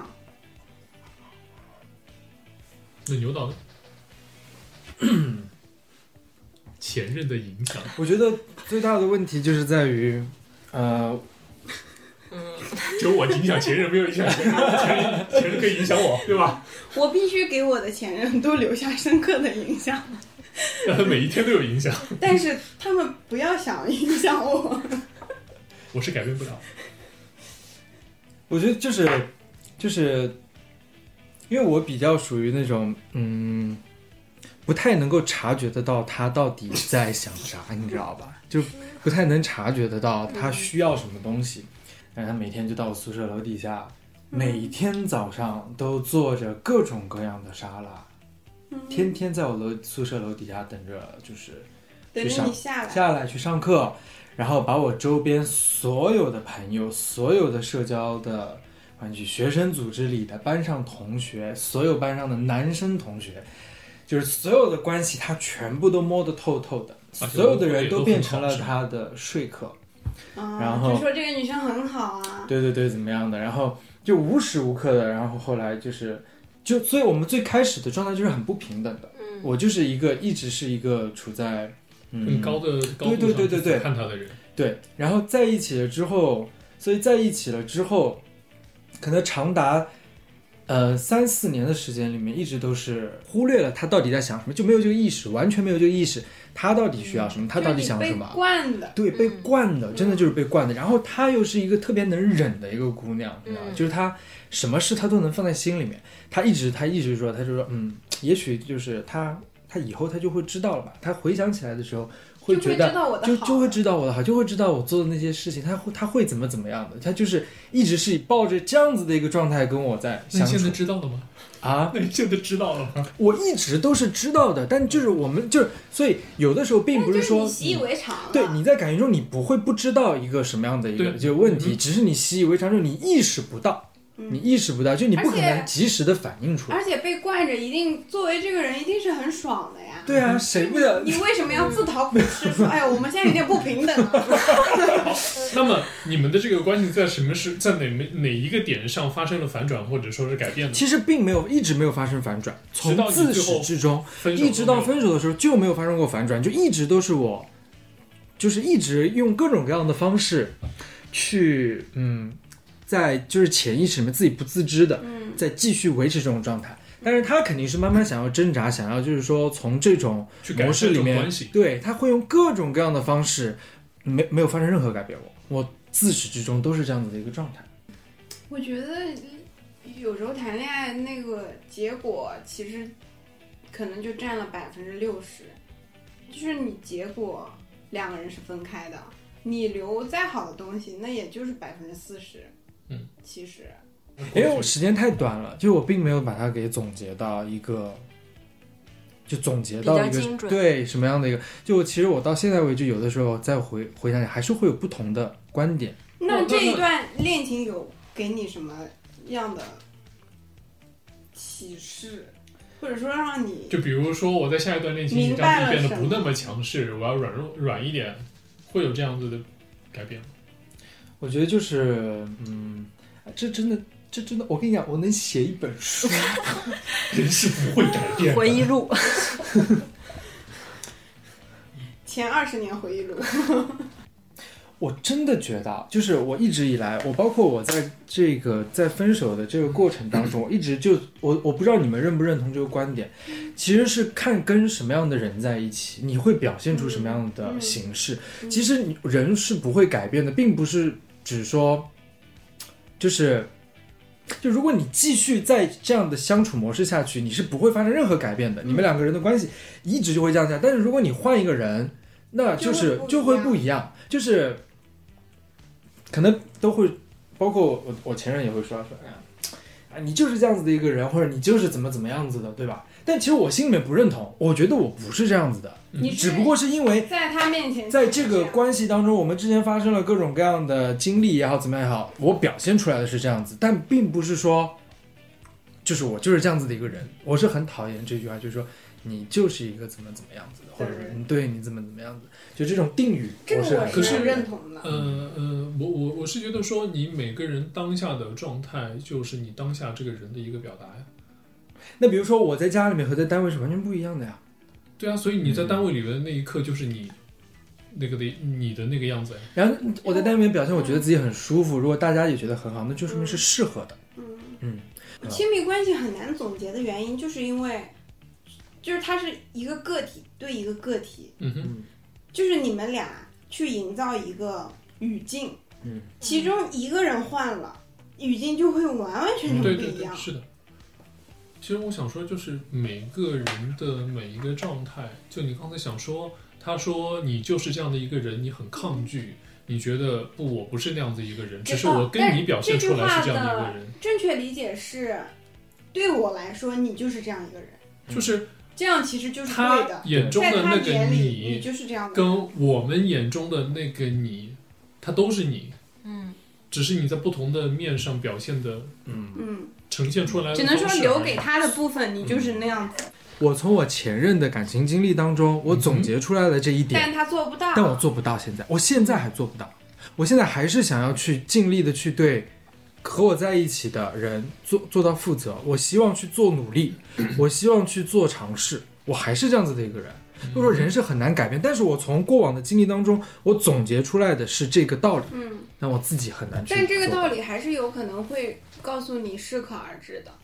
[SPEAKER 3] 那牛导前任的影响，
[SPEAKER 4] 我觉得最大的问题就是在于呃
[SPEAKER 1] 嗯，
[SPEAKER 3] 就我影响前任没有影响前任，前任前任可以影响我，对吧？
[SPEAKER 2] 我必须给我的前任都留下深刻的影响，
[SPEAKER 3] 让他每一天都有影响。
[SPEAKER 2] 但是他们不要想影响我，
[SPEAKER 3] 我是改变不了。
[SPEAKER 4] 我觉得就是就是因为我比较属于那种嗯不太能够察觉得到他到底在想啥，你知道吧？就不太能察觉得到他需要什么东西。但是他每天就到宿舍楼底下，每天早上都做着各种各样的沙拉，天天在我楼宿舍楼底下等着，就是
[SPEAKER 2] 等着你下来
[SPEAKER 4] 下来去上课，然后把我周边所有的朋友、所有的社交的关系、学生组织里的班上同学、所有班上的男生同学，就是所有的关系他全部都摸得透透的，所有的人都变成了他的说客。
[SPEAKER 2] 啊、
[SPEAKER 4] 然后
[SPEAKER 2] 就说这个女生很好啊，
[SPEAKER 4] 对对对，怎么样的，然后就无时无刻的，然后后来就是就所以我们最开始的状态就是很不平等的、嗯、我就是一个一直是一个处在
[SPEAKER 3] 嗯很高的高度上去看他的人，
[SPEAKER 4] 对，然后在一起了之后，所以在一起了之后可能长达呃三四年的时间里面，一直都是忽略了他到底在想什么，就没有这个意识，完全没有这个意识，他到底需要什么，他到底想什么？
[SPEAKER 2] 被惯的，
[SPEAKER 4] 对，被惯的，真的就是被惯的。然后她又是一个特别能忍的一个姑娘，你知道吗？就是她什么事她都能放在心里面。她一直她一直说，她就说，嗯，也许就是她她以后她就会知道了吧。她回想起来的时候。会觉得就就会知道我的好，就会知道我做的那些事情，他会他会怎么怎么样的，他就是一直是抱着这样子的一个状态跟我在相处。
[SPEAKER 3] 那你现在知道了吗？
[SPEAKER 4] 啊，
[SPEAKER 3] 那你现在知道了吗？
[SPEAKER 4] 我一直都是知道的，但就是我们就是，所以有的时候并不是说
[SPEAKER 2] 你习以为常了。
[SPEAKER 4] 对，你在感情中你不会不知道一个什么样的一个这个问题，只是你习以为常，就是你意识不到。你意识不到，就你不可能及时的反应出来，
[SPEAKER 2] 而且被惯着，一定作为这个人一定是很爽的呀。
[SPEAKER 4] 对啊，谁不要？
[SPEAKER 2] 你为什么要自讨苦吃？说哎呀，我们现在有点不平等了。
[SPEAKER 3] 那么你们的这个关系在什么是在哪哪一个点上发生了反转，或者说是改变呢？
[SPEAKER 4] 其实并没有，一直没有发生反转，从自始至终，一直到分手的时候就没有发生过反转，就一直都是我，就是一直用各种各样的方式去嗯。在就是潜意识里面自己不自知的，在继续维持这种状态，但是他肯定是慢慢想要挣扎，想要就是说从这种模式里面，对，他会用各种各样的方式，没没有发生任何改变我，我自始至终都是这样子的一个状态。
[SPEAKER 2] 我觉得有时候谈恋爱那个结果其实可能就占了百分之六十，就是你结果两个人是分开的，你留再好的东西，那也就是百分之四十。
[SPEAKER 3] 嗯，
[SPEAKER 2] 其实，
[SPEAKER 4] 因为我时间太短了，就我并没有把它给总结到一个，就总结到一个对什么样的一个，就其实我到现在为止，有的时候再回回想起来，还是会有不同的观点。
[SPEAKER 2] 那这一段恋情有给你什么样的启示，或者说让你
[SPEAKER 3] 就比如说我在下一段恋情让自己变得不那么强势，我要软弱软一点，会有这样子的改变吗？
[SPEAKER 4] 我觉得就是，嗯，这真的，这真的，我跟你讲，我能写一本书，
[SPEAKER 3] 人是不会改变的。
[SPEAKER 1] 回忆录，
[SPEAKER 2] 前二十年回忆录。
[SPEAKER 4] 我真的觉得，就是我一直以来，我包括我在这个在分手的这个过程当中，我一直就我我不知道你们认不认同这个观点，其实是看跟什么样的人在一起，你会表现出什么样的形式。其实你人是不会改变的，并不是只说，就是就如果你继续在这样的相处模式下去，你是不会发生任何改变的，你们两个人的关系一直就会这样下。但是如果你换一个人，那就是就会不一样，就是可能都会，包括我我前任也会说说，哎呀，你就是这样子的一个人，或者你就是怎么怎么样子的，对吧？但其实我心里面不认同，我觉得我不是这样子的，
[SPEAKER 2] 你
[SPEAKER 4] 只不过是因为
[SPEAKER 2] 在他面前，
[SPEAKER 4] 在这个关系当中，我们之前发生了各种各样的经历也好，怎么样也好，我表现出来的是这样子，但并不是说，就是我就是这样子的一个人，我是很讨厌这句话，就是说你就是一个怎么怎么样子的，或者是对你怎么怎么样子，就这种定语，
[SPEAKER 2] 这个我是认同的。
[SPEAKER 3] 呃呃，我我我是觉得说，你每个人当下的状态，就是你当下这个人的一个表达呀。
[SPEAKER 4] 那比如说我在家里面和在单位是完全不一样的呀。
[SPEAKER 3] 对啊，所以你在单位里的那一刻就是你、嗯、那个的你的那个样子呀。
[SPEAKER 4] 然后我在单位里面表现，我觉得自己很舒服，如果大家也觉得很好，那就说明是适合的。
[SPEAKER 2] 嗯
[SPEAKER 4] 嗯，
[SPEAKER 2] 亲密关系很难总结的原因，就是因为就是它是一个个体对一个个体，
[SPEAKER 3] 嗯哼，
[SPEAKER 2] 就是你们俩去营造一个语境，
[SPEAKER 4] 嗯，
[SPEAKER 2] 其中一个人换了，语境就会完完全全不一样。
[SPEAKER 3] 对对对，是的。其实我想说，就是每个人的每一个状态，就你刚才想说，他说你就是这样的一个人，你很抗拒，你觉得不，我不是那样子一个人，只是我跟你表现出来是这样的一个人。
[SPEAKER 2] 正确理解是，对我来说，你就是这样一个人，
[SPEAKER 3] 就是
[SPEAKER 2] 这样，其实就是对的。
[SPEAKER 3] 他眼中的那个
[SPEAKER 2] 你，你就是这样的，
[SPEAKER 3] 跟我们眼中的那个你，他都是你，
[SPEAKER 1] 嗯，
[SPEAKER 3] 只是你在不同的面上表现的，
[SPEAKER 4] 嗯
[SPEAKER 2] 嗯。
[SPEAKER 3] 呈现出来的，
[SPEAKER 2] 只能说留给他的部分，你就是那样子。
[SPEAKER 4] 我从我前任的感情经历当中，我总结出来了这一点，
[SPEAKER 2] 但他做不到，
[SPEAKER 4] 但我做不到。现在，我现在还做不到。我现在还是想要去尽力的去对和我在一起的人做做到负责。我希望去做努力，我希望去做尝试。我还是这样子的一个人。就说人是很难改变，但是我从过往的经历当中，我总结出来的是这个道理。
[SPEAKER 2] 嗯，
[SPEAKER 4] 但我自己很难去。
[SPEAKER 2] 但这个道理还是有可能会告诉你适可而止的。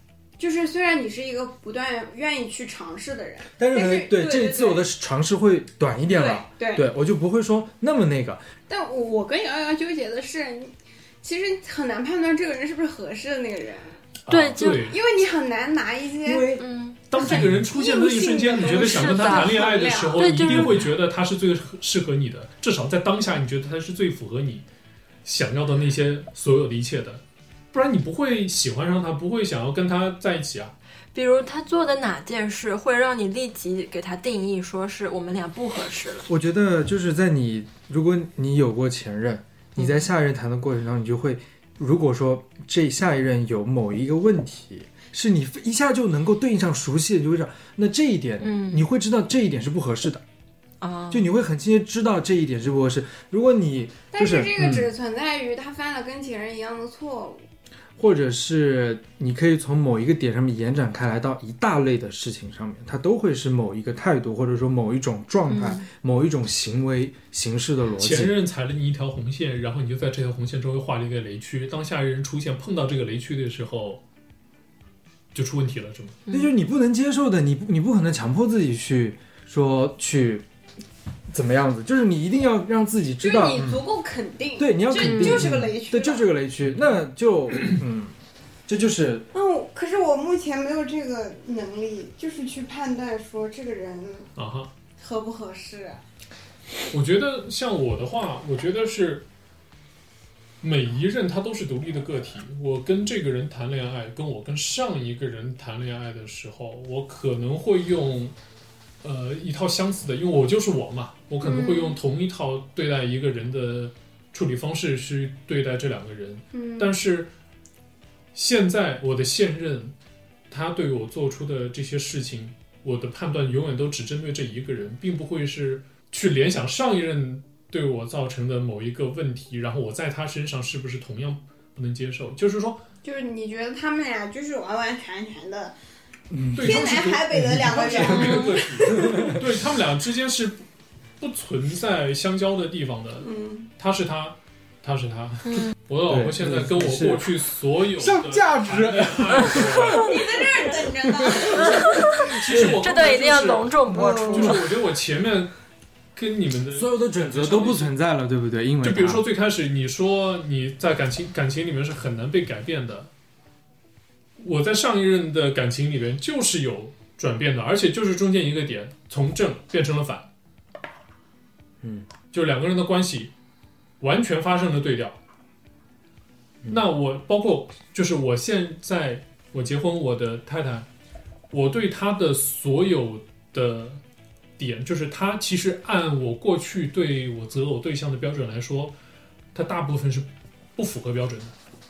[SPEAKER 2] 就是虽然你是一个不断愿意去尝试的人，
[SPEAKER 4] 但是可能
[SPEAKER 2] 但是对
[SPEAKER 4] 这一次我的尝试会短一点了，
[SPEAKER 2] 对
[SPEAKER 4] 对，我就不会说那么那个。
[SPEAKER 2] 但我我跟瑶瑶纠结的是，其实很难判断这个人是不是合适的那个人。
[SPEAKER 1] 对，
[SPEAKER 3] 啊、
[SPEAKER 1] 就
[SPEAKER 3] 对，
[SPEAKER 2] 因为你很难拿一些，
[SPEAKER 4] 因为
[SPEAKER 1] 嗯，
[SPEAKER 3] 当这个人出现的那一瞬间，你觉得想跟他谈恋爱的时候，你一定会觉得他是最适合你的，至少在当下，你觉得他是最符合你想要的那些所有的一切的，不然你不会喜欢上他，不会想要跟他在一起啊。
[SPEAKER 1] 比如他做的哪件事会让你立即给他定义说是我们俩不合适了？
[SPEAKER 4] 我觉得就是在你，如果你有过前任，你在下一任谈的过程中，你就会，如果说这下一任有某一个问题是你一下就能够对应上熟悉的，你就会知道，那这一点，
[SPEAKER 1] 嗯，
[SPEAKER 4] 你会知道这一点是不合适的。
[SPEAKER 1] 啊，
[SPEAKER 4] 就你会很清晰知道这一点是不合适。如果你、就是、
[SPEAKER 2] 但是这个只存在于他犯了跟前任一样的错误。
[SPEAKER 4] 嗯或者是你可以从某一个点上面延展开来到一大类的事情上面，它都会是某一个态度，或者说某一种状态、嗯、某一种行为形式的逻辑。
[SPEAKER 3] 前任踩了你一条红线，然后你就在这条红线周围画了一个雷区，当下一人出现碰到这个雷区的时候就出问题了，是吗？
[SPEAKER 4] 那就是你不能接受的，你不你不可能强迫自己去说去怎么样子，就是你一定要让自己知道，
[SPEAKER 2] 就是你足够肯定、
[SPEAKER 4] 嗯、对，你要肯定
[SPEAKER 2] 就是个雷区，
[SPEAKER 4] 对，就是个雷区，那就嗯，这就是
[SPEAKER 2] 嗯，可是我目前没有这个能力，就是去判断说这个人
[SPEAKER 3] 啊哈
[SPEAKER 2] 合不合适。
[SPEAKER 3] 我觉得像我的话，我觉得是每一任他都是独立的个体。我跟这个人谈恋爱，跟我跟上一个人谈恋爱的时候，我可能会用。呃，一套相似的，因为我就是我嘛，我可能会用同一套对待一个人的处理方式去对待这两个人。
[SPEAKER 2] 嗯，
[SPEAKER 3] 但是现在我的现任，他对我做出的这些事情，我的判断永远都只针对这一个人，并不会是去联想上一任对我造成的某一个问题，然后我在他身上是不是同样不能接受。就是说，
[SPEAKER 2] 就是你觉得他们俩就是完完全全的。
[SPEAKER 4] 嗯，
[SPEAKER 2] 天南海北的两个人，
[SPEAKER 3] 嗯、对他们俩之间是不存在相交的地方的。
[SPEAKER 2] 嗯，
[SPEAKER 3] 他是他，他是他。
[SPEAKER 1] 嗯、
[SPEAKER 3] 我的老婆现在跟我过去所有的
[SPEAKER 4] 上价值，
[SPEAKER 2] 你在这儿等着呢。
[SPEAKER 3] 其实我、就是、
[SPEAKER 1] 这段一定要隆重播出。
[SPEAKER 3] 就是我觉得我前面跟你们的
[SPEAKER 4] 所有的准则都不存在了，对不对？因为
[SPEAKER 3] 就比如说最开始你说你在感情感情里面是很难被改变的。我在上一任的感情里面就是有转变的，而且就是中间一个点，从正变成了反，
[SPEAKER 4] 嗯，
[SPEAKER 3] 就两个人的关系完全发生了对调。嗯、那我包括就是我现在我结婚，我的太太，我对她的所有的点，就是她其实按我过去对我择偶对象的标准来说，她大部分是不符合标准的。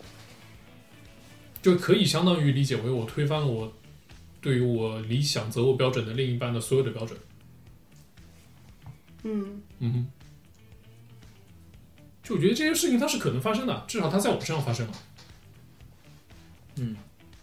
[SPEAKER 3] 就可以相当于理解为我推翻了我对于我理想择偶标准的另一半的所有的标准。
[SPEAKER 2] 嗯
[SPEAKER 3] 嗯哼，就我觉得这些事情它是可能发生的，至少它在我身上发生了。
[SPEAKER 4] 嗯。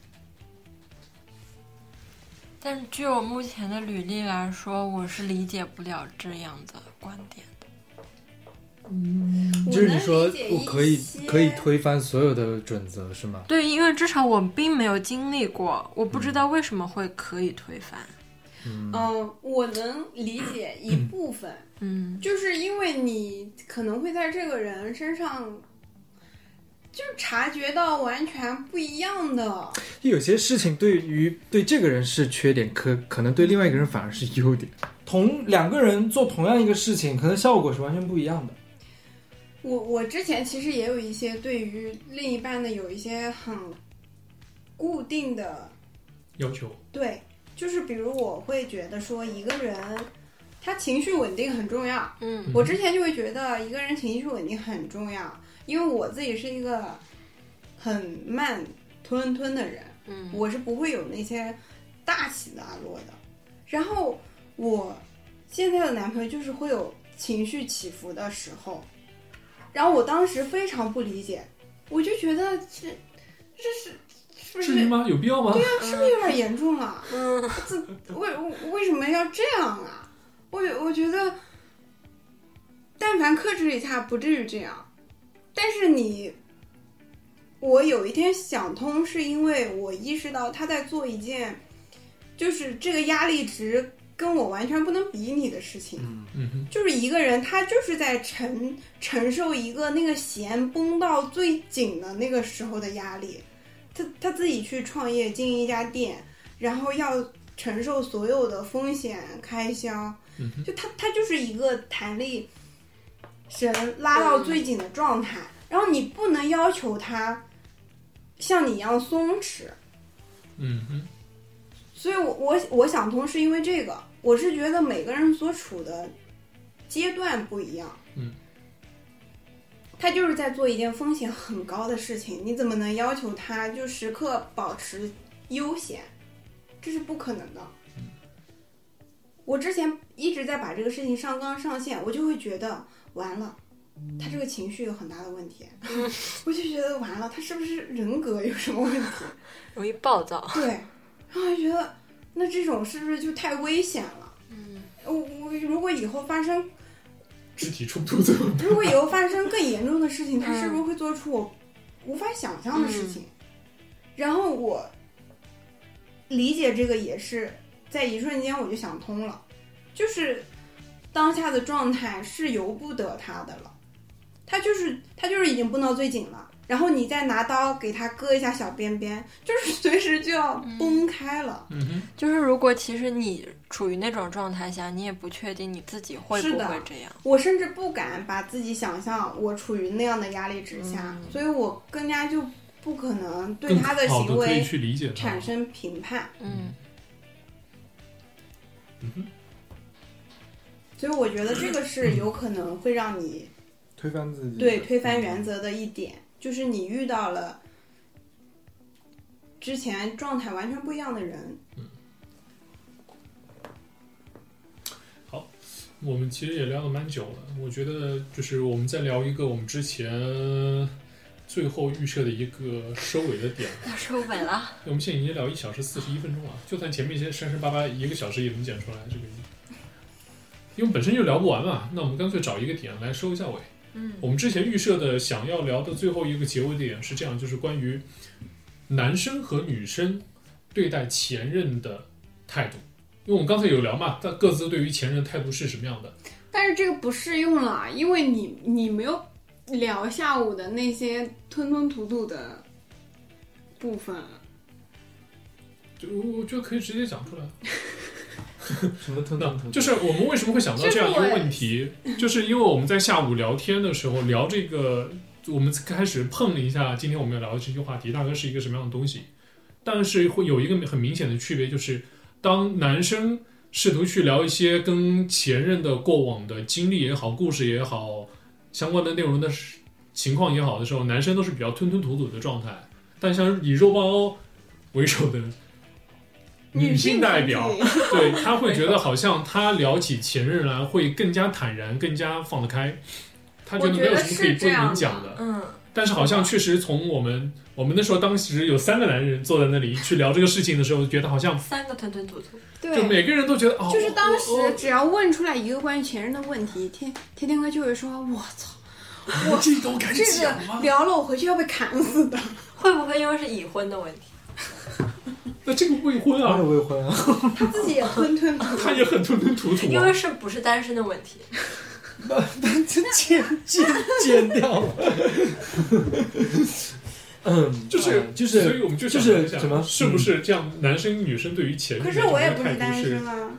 [SPEAKER 1] 但是据我目前的履历来说，我是理解不了这样的观点的。
[SPEAKER 4] 嗯，就是你说我可以可以推翻所有的准则是吗？
[SPEAKER 1] 对，因为至少我并没有经历过，我不知道为什么会可以推翻。
[SPEAKER 2] 嗯、呃，我能理解一部分，
[SPEAKER 1] 嗯，
[SPEAKER 2] 就是因为你可能会在这个人身上就察觉到完全不一样的。
[SPEAKER 4] 有些事情对于对这个人是缺点，可可能对另外一个人反而是优点。同两个人做同样一个事情，可能效果是完全不一样的。
[SPEAKER 2] 我我之前其实也有一些对于另一半的有一些很固定的
[SPEAKER 3] 要求，
[SPEAKER 2] 对，就是比如我会觉得说一个人他情绪稳定很重要，
[SPEAKER 1] 嗯，
[SPEAKER 2] 我之前就会觉得一个人情绪稳定很重要，因为我自己是一个很慢吞吞的人，
[SPEAKER 1] 嗯，
[SPEAKER 2] 我是不会有那些大起大落的。然后我现在的男朋友就是会有情绪起伏的时候。然后我当时非常不理解，我就觉得这这是是不是
[SPEAKER 3] 至于吗？有必要吗？
[SPEAKER 2] 对啊，是不是有点严重了？
[SPEAKER 1] 嗯，
[SPEAKER 2] 这为为什么要这样啊？我我觉得，但凡克制一下，不至于这样。但是你我有一天想通，是因为我意识到他在做一件，就是这个压力值跟我完全不能比拟的事情。
[SPEAKER 3] 嗯，
[SPEAKER 2] 就是一个人他就是在承承受一个那个弦绷到最紧的那个时候的压力。他他自己去创业经营一家店，然后要承受所有的风险开销，
[SPEAKER 3] 嗯、
[SPEAKER 2] 就他他就是一个弹力绳拉到最紧的状态，然后你不能要求他像你一样松弛。
[SPEAKER 3] 嗯哼，
[SPEAKER 2] 所以我我我想通是因为这个，我是觉得每个人所处的阶段不一样。
[SPEAKER 3] 嗯，
[SPEAKER 2] 他就是在做一件风险很高的事情，你怎么能要求他就时刻保持悠闲？这是不可能的。
[SPEAKER 3] 嗯，
[SPEAKER 2] 我之前一直在把这个事情上纲上线，我就会觉得完了，他这个情绪有很大的问题。我就觉得完了，他是不是人格有什么问题？
[SPEAKER 1] 容易暴躁。
[SPEAKER 2] 对，然后我觉得那这种是不是就太危险了？
[SPEAKER 1] 嗯，
[SPEAKER 2] 我我如果以后发生
[SPEAKER 3] 肢体冲突怎么办？
[SPEAKER 2] 如果以后发生更严重的事情，他是不是会做出我无法想象的事情？
[SPEAKER 1] 嗯、
[SPEAKER 2] 然后我理解这个也是在一瞬间我就想通了，就是当下的状态是由不得他的了，他就是他就是已经绷到最紧了，然后你再拿刀给他割一下小边边，就是随时就要崩开了。
[SPEAKER 3] 嗯哼，
[SPEAKER 1] 就是如果其实你处于那种状态下，你也不确定你自己会不会这样。
[SPEAKER 2] 我甚至不敢把自己想象我处于那样的压力之下，
[SPEAKER 1] 嗯、
[SPEAKER 2] 所以我更加就不可能对他的行为产生评判。
[SPEAKER 1] 嗯
[SPEAKER 3] 嗯哼，
[SPEAKER 2] 所以我觉得这个是有可能会让你
[SPEAKER 4] 推翻自己，
[SPEAKER 2] 对推翻原则的一点，就是你遇到了之前状态完全不一样的人。
[SPEAKER 3] 嗯，好，我们其实也聊了蛮久了，我觉得就是我们再聊一个我们之前最后预设的一个收尾的点。
[SPEAKER 1] 要收尾了，
[SPEAKER 3] 我们现在已经聊一小时四十一分钟了，就算前面一些生生巴巴一个小时也能剪出来这个，因为本身就聊不完嘛，那我们干脆找一个点来收一下尾。
[SPEAKER 1] 嗯，
[SPEAKER 3] 我们之前预设的想要聊的最后一个结尾点是这样，就是关于男生和女生对待前任的态度，因为我们刚才有聊嘛，但各自对于前任的态度是什么样的。
[SPEAKER 2] 但是这个不适用了，因为你你没有聊下午的那些吞吞吐吐的部分。
[SPEAKER 3] 就我觉得可以直接讲出来。
[SPEAKER 4] 什么吞吞吐吐？
[SPEAKER 3] 就是我们为什么会想到这样一个问题，就是因为我们在下午聊天的时候聊这个，我们开始碰了一下今天我们要聊的这些话题大概是一个什么样的东西，但是会有一个很明显的区别，就是当男生试图去聊一些跟前任的过往的经历也好，故事也好，相关的内容的情况也好的时候，男生都是比较吞吞吐吐的状态，但像以肉包为首的女性代表，对，他会觉得好像他聊起前任来会更加坦然，更加放得开，他觉得没有什么可以不能讲的。
[SPEAKER 1] 嗯，
[SPEAKER 3] 但是好像确实从我们我们那时候当时有三个男人坐在那里去聊这个事情的时候，觉得好像
[SPEAKER 1] 三个吞吞吐吐，
[SPEAKER 2] 对，
[SPEAKER 3] 就每个人都觉得哦，
[SPEAKER 2] 就是当时只要问出来一个关于前任的问题，天天天哥就会说：“我操，我
[SPEAKER 3] 这都敢
[SPEAKER 2] 这
[SPEAKER 3] 讲吗？
[SPEAKER 2] 个聊了我回去要被砍死的。”
[SPEAKER 1] 会不会因为是已婚的问题？
[SPEAKER 3] 那这个未婚啊，
[SPEAKER 4] 他也未婚啊，
[SPEAKER 2] 他自己也吞吞吐吐，
[SPEAKER 3] 他也很吞吞吐吐、啊，
[SPEAKER 1] 因为是不是单身的问题？
[SPEAKER 4] 那那就剪剪剪掉了。嗯，
[SPEAKER 3] 就是、
[SPEAKER 4] 呃、就是，
[SPEAKER 3] 所以我们就想
[SPEAKER 4] 就是什么，
[SPEAKER 3] 是不是这样？男生女生对于前任的
[SPEAKER 2] 可是我也不
[SPEAKER 3] 是
[SPEAKER 2] 单身啊。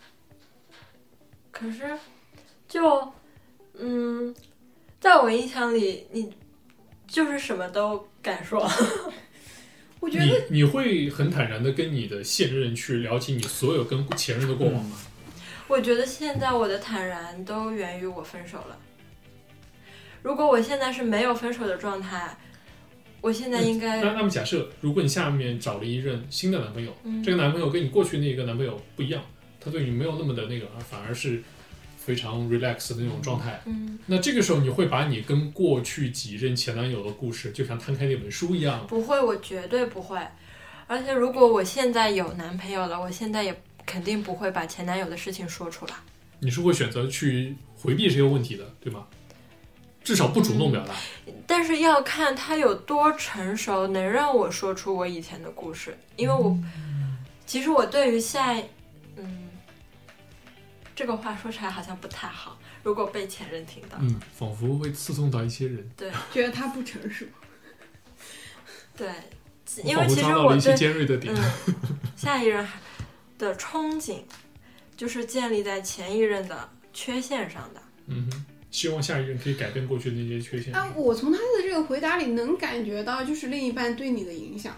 [SPEAKER 1] 可是，就嗯，在我印象里，你就是什么都敢说。
[SPEAKER 2] 我觉得
[SPEAKER 3] 你你会很坦然的跟你的现任去聊起你所有跟前任的过往吗？
[SPEAKER 1] 我觉得现在我的坦然都源于我分手了。如果我现在是没有分手的状态，我现在应该……
[SPEAKER 3] 那那么假设，如果你下面找了一任新的男朋友，
[SPEAKER 1] 嗯、
[SPEAKER 3] 这个男朋友跟你过去那个男朋友不一样，他对你没有那么的那个，反而是非常 relax 的那种状态。
[SPEAKER 1] 嗯，
[SPEAKER 3] 那这个时候你会把你跟过去几任前男友的故事，就像摊开那本书一样？
[SPEAKER 1] 不会，我绝对不会。而且如果我现在有男朋友了，我现在也肯定不会把前男友的事情说出来。
[SPEAKER 3] 你是会选择去回避这些问题的，对吗？ 至少不主动表达。
[SPEAKER 1] 嗯、但是要看他有多成熟，能让我说出我以前的故事。因为我、嗯、其实我对于下一嗯这个话说出来好像不太好，如果被前任听到，
[SPEAKER 3] 嗯，仿佛会刺痛到一些人。
[SPEAKER 1] 对，
[SPEAKER 2] 觉得他不成熟。
[SPEAKER 1] 对，因为其实我
[SPEAKER 3] 对一些尖锐的点、
[SPEAKER 1] 嗯、下一任的憧憬就是建立在前一任的缺陷上的。
[SPEAKER 3] 嗯哼，希望下一任可以改变过去的那些缺陷。
[SPEAKER 2] 啊，我从他的这个回答里能感觉到，就是另一半对你的影响，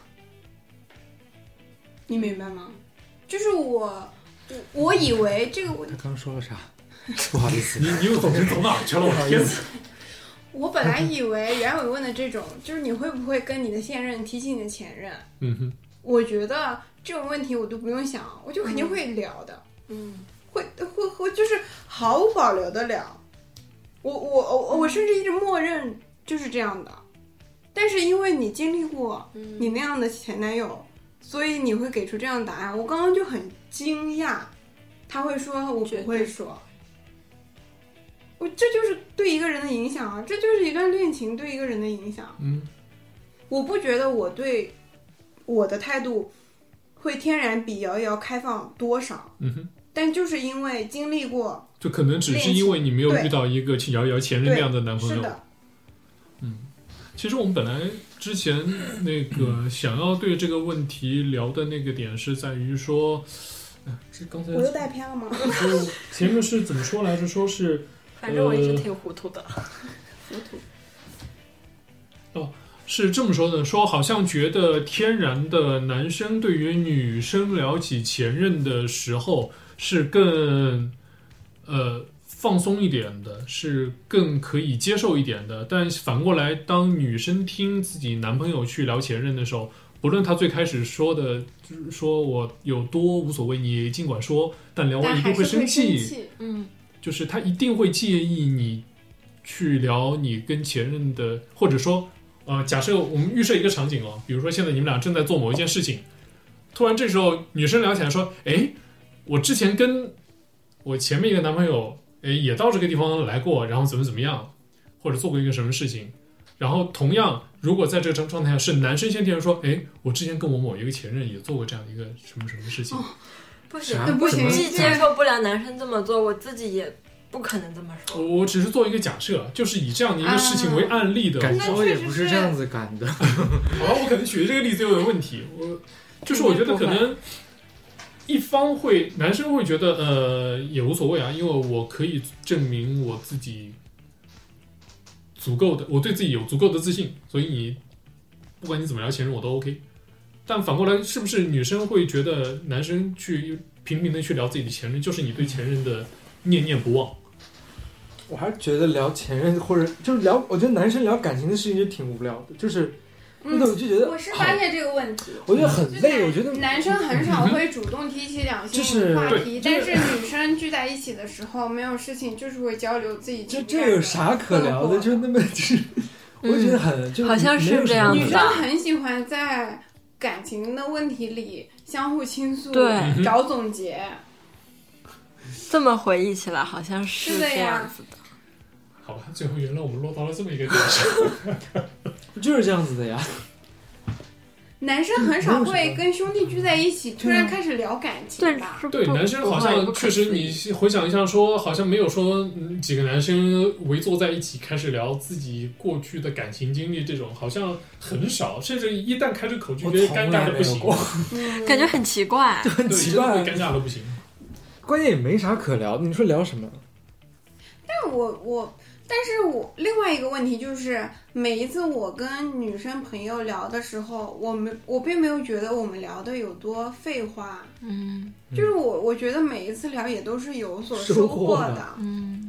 [SPEAKER 2] 你明白吗？就是我，我我以为这个我，
[SPEAKER 4] 他刚刚说了啥？不好意思，
[SPEAKER 3] 你你又走走哪去了？我天！
[SPEAKER 2] 我本来以为袁伟问的这种，就是你会不会跟你的现任提起你的前任？
[SPEAKER 3] 嗯哼，
[SPEAKER 2] 我觉得这种问题我都不用想，我就肯定会聊的。
[SPEAKER 1] 嗯，
[SPEAKER 2] 会会会，就是毫无保留的聊。我我我我甚至一直默认就是这样的，但是因为你经历过你那样的前男友，嗯、所以你会给出这样的答案。我刚刚就很惊讶，他会说我不会说。我这就是对一个人的影响啊，这就是一段恋情对一个人的影响。
[SPEAKER 3] 嗯，
[SPEAKER 2] 我不觉得我对我的态度会天然比瑶瑶开放多少。
[SPEAKER 3] 嗯哼，
[SPEAKER 2] 但就是因为经历过，
[SPEAKER 3] 就可能只是因为你没有遇到一个瑶瑶前任那样的男朋友。
[SPEAKER 2] 是的。
[SPEAKER 3] 嗯，其实我们本来之前那个想要对这个问题聊的那个点是在于说，哎，这刚才
[SPEAKER 2] 我又带偏了吗？
[SPEAKER 3] 前面是怎么说来着？说是。
[SPEAKER 1] 反正我一直挺糊涂的，
[SPEAKER 2] 呃、糊涂。
[SPEAKER 3] 哦，是这么说的，说好像觉得天然的男生对于女生聊起前任的时候是更呃放松一点的，是更可以接受一点的。但反过来，当女生听自己男朋友去聊前任的时候，不论他最开始说的，就是说我有多无所谓，你尽管说，但聊完一定会生气。
[SPEAKER 1] 嗯。
[SPEAKER 3] 就是他一定会介意你去聊你跟前任的，或者说，呃，假设我们预设一个场景哦，比如说现在你们俩正在做某一件事情，突然这时候女生聊起来说，哎，我之前跟我前面一个男朋友，哎，也到这个地方来过，然后怎么怎么样，或者做过一个什么事情，然后同样，如果在这个状态下是男生先听人说，哎，我之前跟我某一个前任也做过这样一个什么什么事情。
[SPEAKER 1] 哦不行，我既接受不了男生这么做，我自己也不可能这么说。
[SPEAKER 3] 我只是做一个假设，就是以这样的一个事情为案例的。
[SPEAKER 4] 感受也不是这样子感的。
[SPEAKER 3] 好了，我可能举的这个例子又有问题。我就是我觉得可能一方会，男生会觉得呃也无所谓啊，因为我可以证明我自己足够的，我对自己有足够的自信，所以你不管你怎么聊前任我都 OK。但反过来，是不是女生会觉得男生去频频的去聊自己的前任，就是你对前任的念念不忘？
[SPEAKER 4] 我还是觉得聊前任或者就是聊，我觉得男生聊感情的事情就挺无聊的，就是
[SPEAKER 2] 嗯，
[SPEAKER 4] 我就觉得
[SPEAKER 2] 我是发现这个问题，
[SPEAKER 4] 我觉得很累。我觉得
[SPEAKER 2] 男生很少会主动提起两性话题，但是女生聚在一起的时候，没有事情就是会交流自己。
[SPEAKER 4] 这这有啥可聊的？就那么就是，我就觉得很就
[SPEAKER 1] 好像是这样子。
[SPEAKER 2] 女生很喜欢在感情的问题里相互倾诉，
[SPEAKER 1] 对，
[SPEAKER 2] 找总结。
[SPEAKER 1] 这么回忆起来，好像是这样子的。
[SPEAKER 3] 好吧，最后原来我们落到了这么一个点上，
[SPEAKER 4] 就是这样子的呀。
[SPEAKER 2] 男生很少会跟兄弟聚在一起，突然开始聊感情吧？
[SPEAKER 3] 对，男生好像确实，你回想一下说，好像没有说几个男生围坐在一起开始聊自己过去的感情经历，这种好像很少，甚至一旦开这口就觉得尴尬的不行，
[SPEAKER 1] 感觉很奇怪，
[SPEAKER 4] 就很奇怪，
[SPEAKER 3] 尴尬的不行。
[SPEAKER 4] 关键也没啥可聊的，你说聊什么？
[SPEAKER 2] 但我我。但是我另外一个问题就是，每一次我跟女生朋友聊的时候，我们我并没有觉得我们聊的有多废话，
[SPEAKER 1] 嗯，
[SPEAKER 2] 就是我我觉得每一次聊也都是有所收获的，
[SPEAKER 1] 嗯。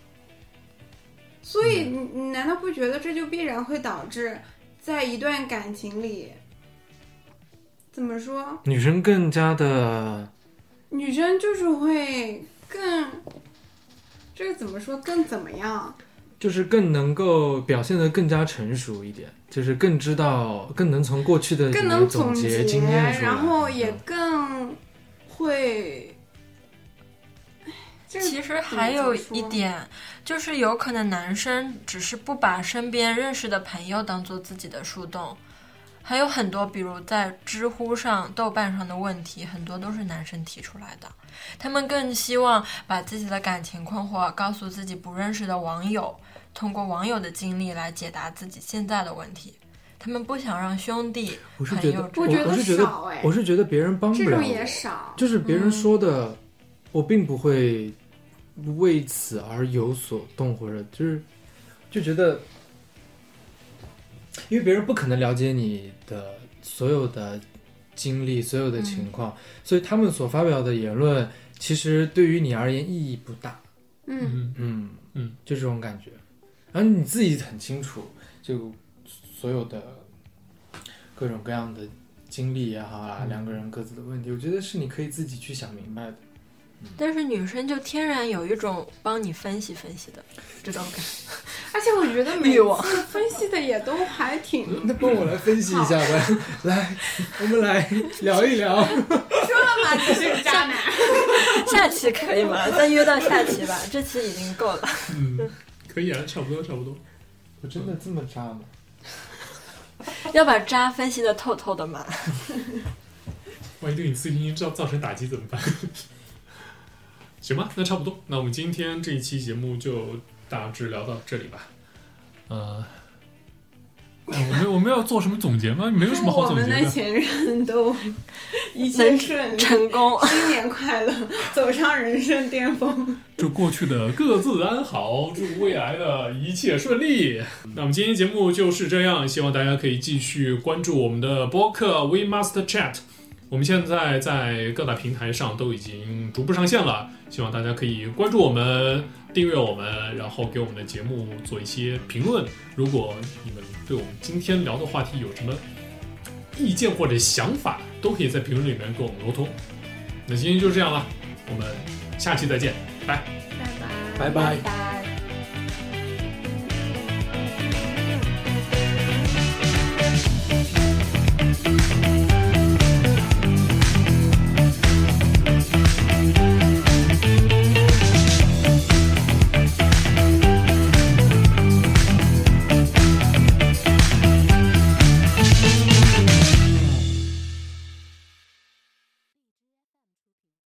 [SPEAKER 2] 所以你难道不觉得这就必然会导致在一段感情里，怎么说？
[SPEAKER 4] 女生更加的，
[SPEAKER 2] 女生就是会更。这个怎么说更怎么样？
[SPEAKER 4] 就是更能够表现得更加成熟一点，就是更知道，更能从过去的
[SPEAKER 2] 更能
[SPEAKER 4] 总
[SPEAKER 2] 结
[SPEAKER 4] 经验出来，
[SPEAKER 2] 然后也更会
[SPEAKER 1] 其实还有一点，就是有可能男生只是不把身边认识的朋友当做自己的树洞，还有很多，比如在知乎上、豆瓣上的问题，很多都是男生提出来的。他们更希望把自己的感情困惑告诉自己不认识的网友，通过网友的经历来解答自己现在的问题。他们不想让兄弟
[SPEAKER 4] 我是觉得
[SPEAKER 1] 朋友，
[SPEAKER 2] 我觉得
[SPEAKER 4] 我是觉得
[SPEAKER 2] 少哎，
[SPEAKER 4] 我是觉得别人帮不了我，
[SPEAKER 2] 这种也少，
[SPEAKER 4] 就是别人说的，嗯、我并不会为此而有所动，或者就是就觉得，因为别人不可能了解你的所有的经历、所有的情况，嗯、所以他们所发表的言论，其实对于你而言意义不大。
[SPEAKER 2] 嗯
[SPEAKER 4] 嗯
[SPEAKER 3] 嗯，
[SPEAKER 4] 就这种感觉。然后你自己很清楚，就所有的各种各样的经历也好啦，嗯、两个人各自的问题，我觉得是你可以自己去想明白的。
[SPEAKER 1] 但是女生就天然有一种帮你分析分析的这种感觉，
[SPEAKER 2] 而且我觉得每次分析的也都还挺……
[SPEAKER 4] 那帮我来分析一下呗，来，我们来聊一聊。
[SPEAKER 2] 说了嘛，你是个渣男。
[SPEAKER 1] 下期可以吗？再约到下期吧，这期已经够了。
[SPEAKER 3] 嗯，可以啊，差不多差不多。
[SPEAKER 4] 我真的这么渣吗？
[SPEAKER 1] 要把渣分析的透透的嘛。
[SPEAKER 3] 万一对你自信心造造成打击怎么办？行吧，那差不多。那我们今天这一期节目就大致聊到这里吧。呃，我们我们要做什么总结吗？没有什么好总结的。
[SPEAKER 2] 我们的前任都一切顺利，
[SPEAKER 1] 成功，
[SPEAKER 2] 新年快乐，走上人生巅峰。
[SPEAKER 3] 祝过去的各自安好，祝未来的一切顺利。那我们今天节目就是这样，希望大家可以继续关注我们的播客 We Must Chat。我们现在在各大平台上都已经逐步上线了，希望大家可以关注我们、订阅我们，然后给我们的节目做一些评论。如果你们对我们今天聊的话题有什么意见或者想法，都可以在评论里面跟我们沟通。那今天就这样了，我们下期再见，拜
[SPEAKER 2] 拜拜
[SPEAKER 4] 拜拜。
[SPEAKER 2] 拜拜。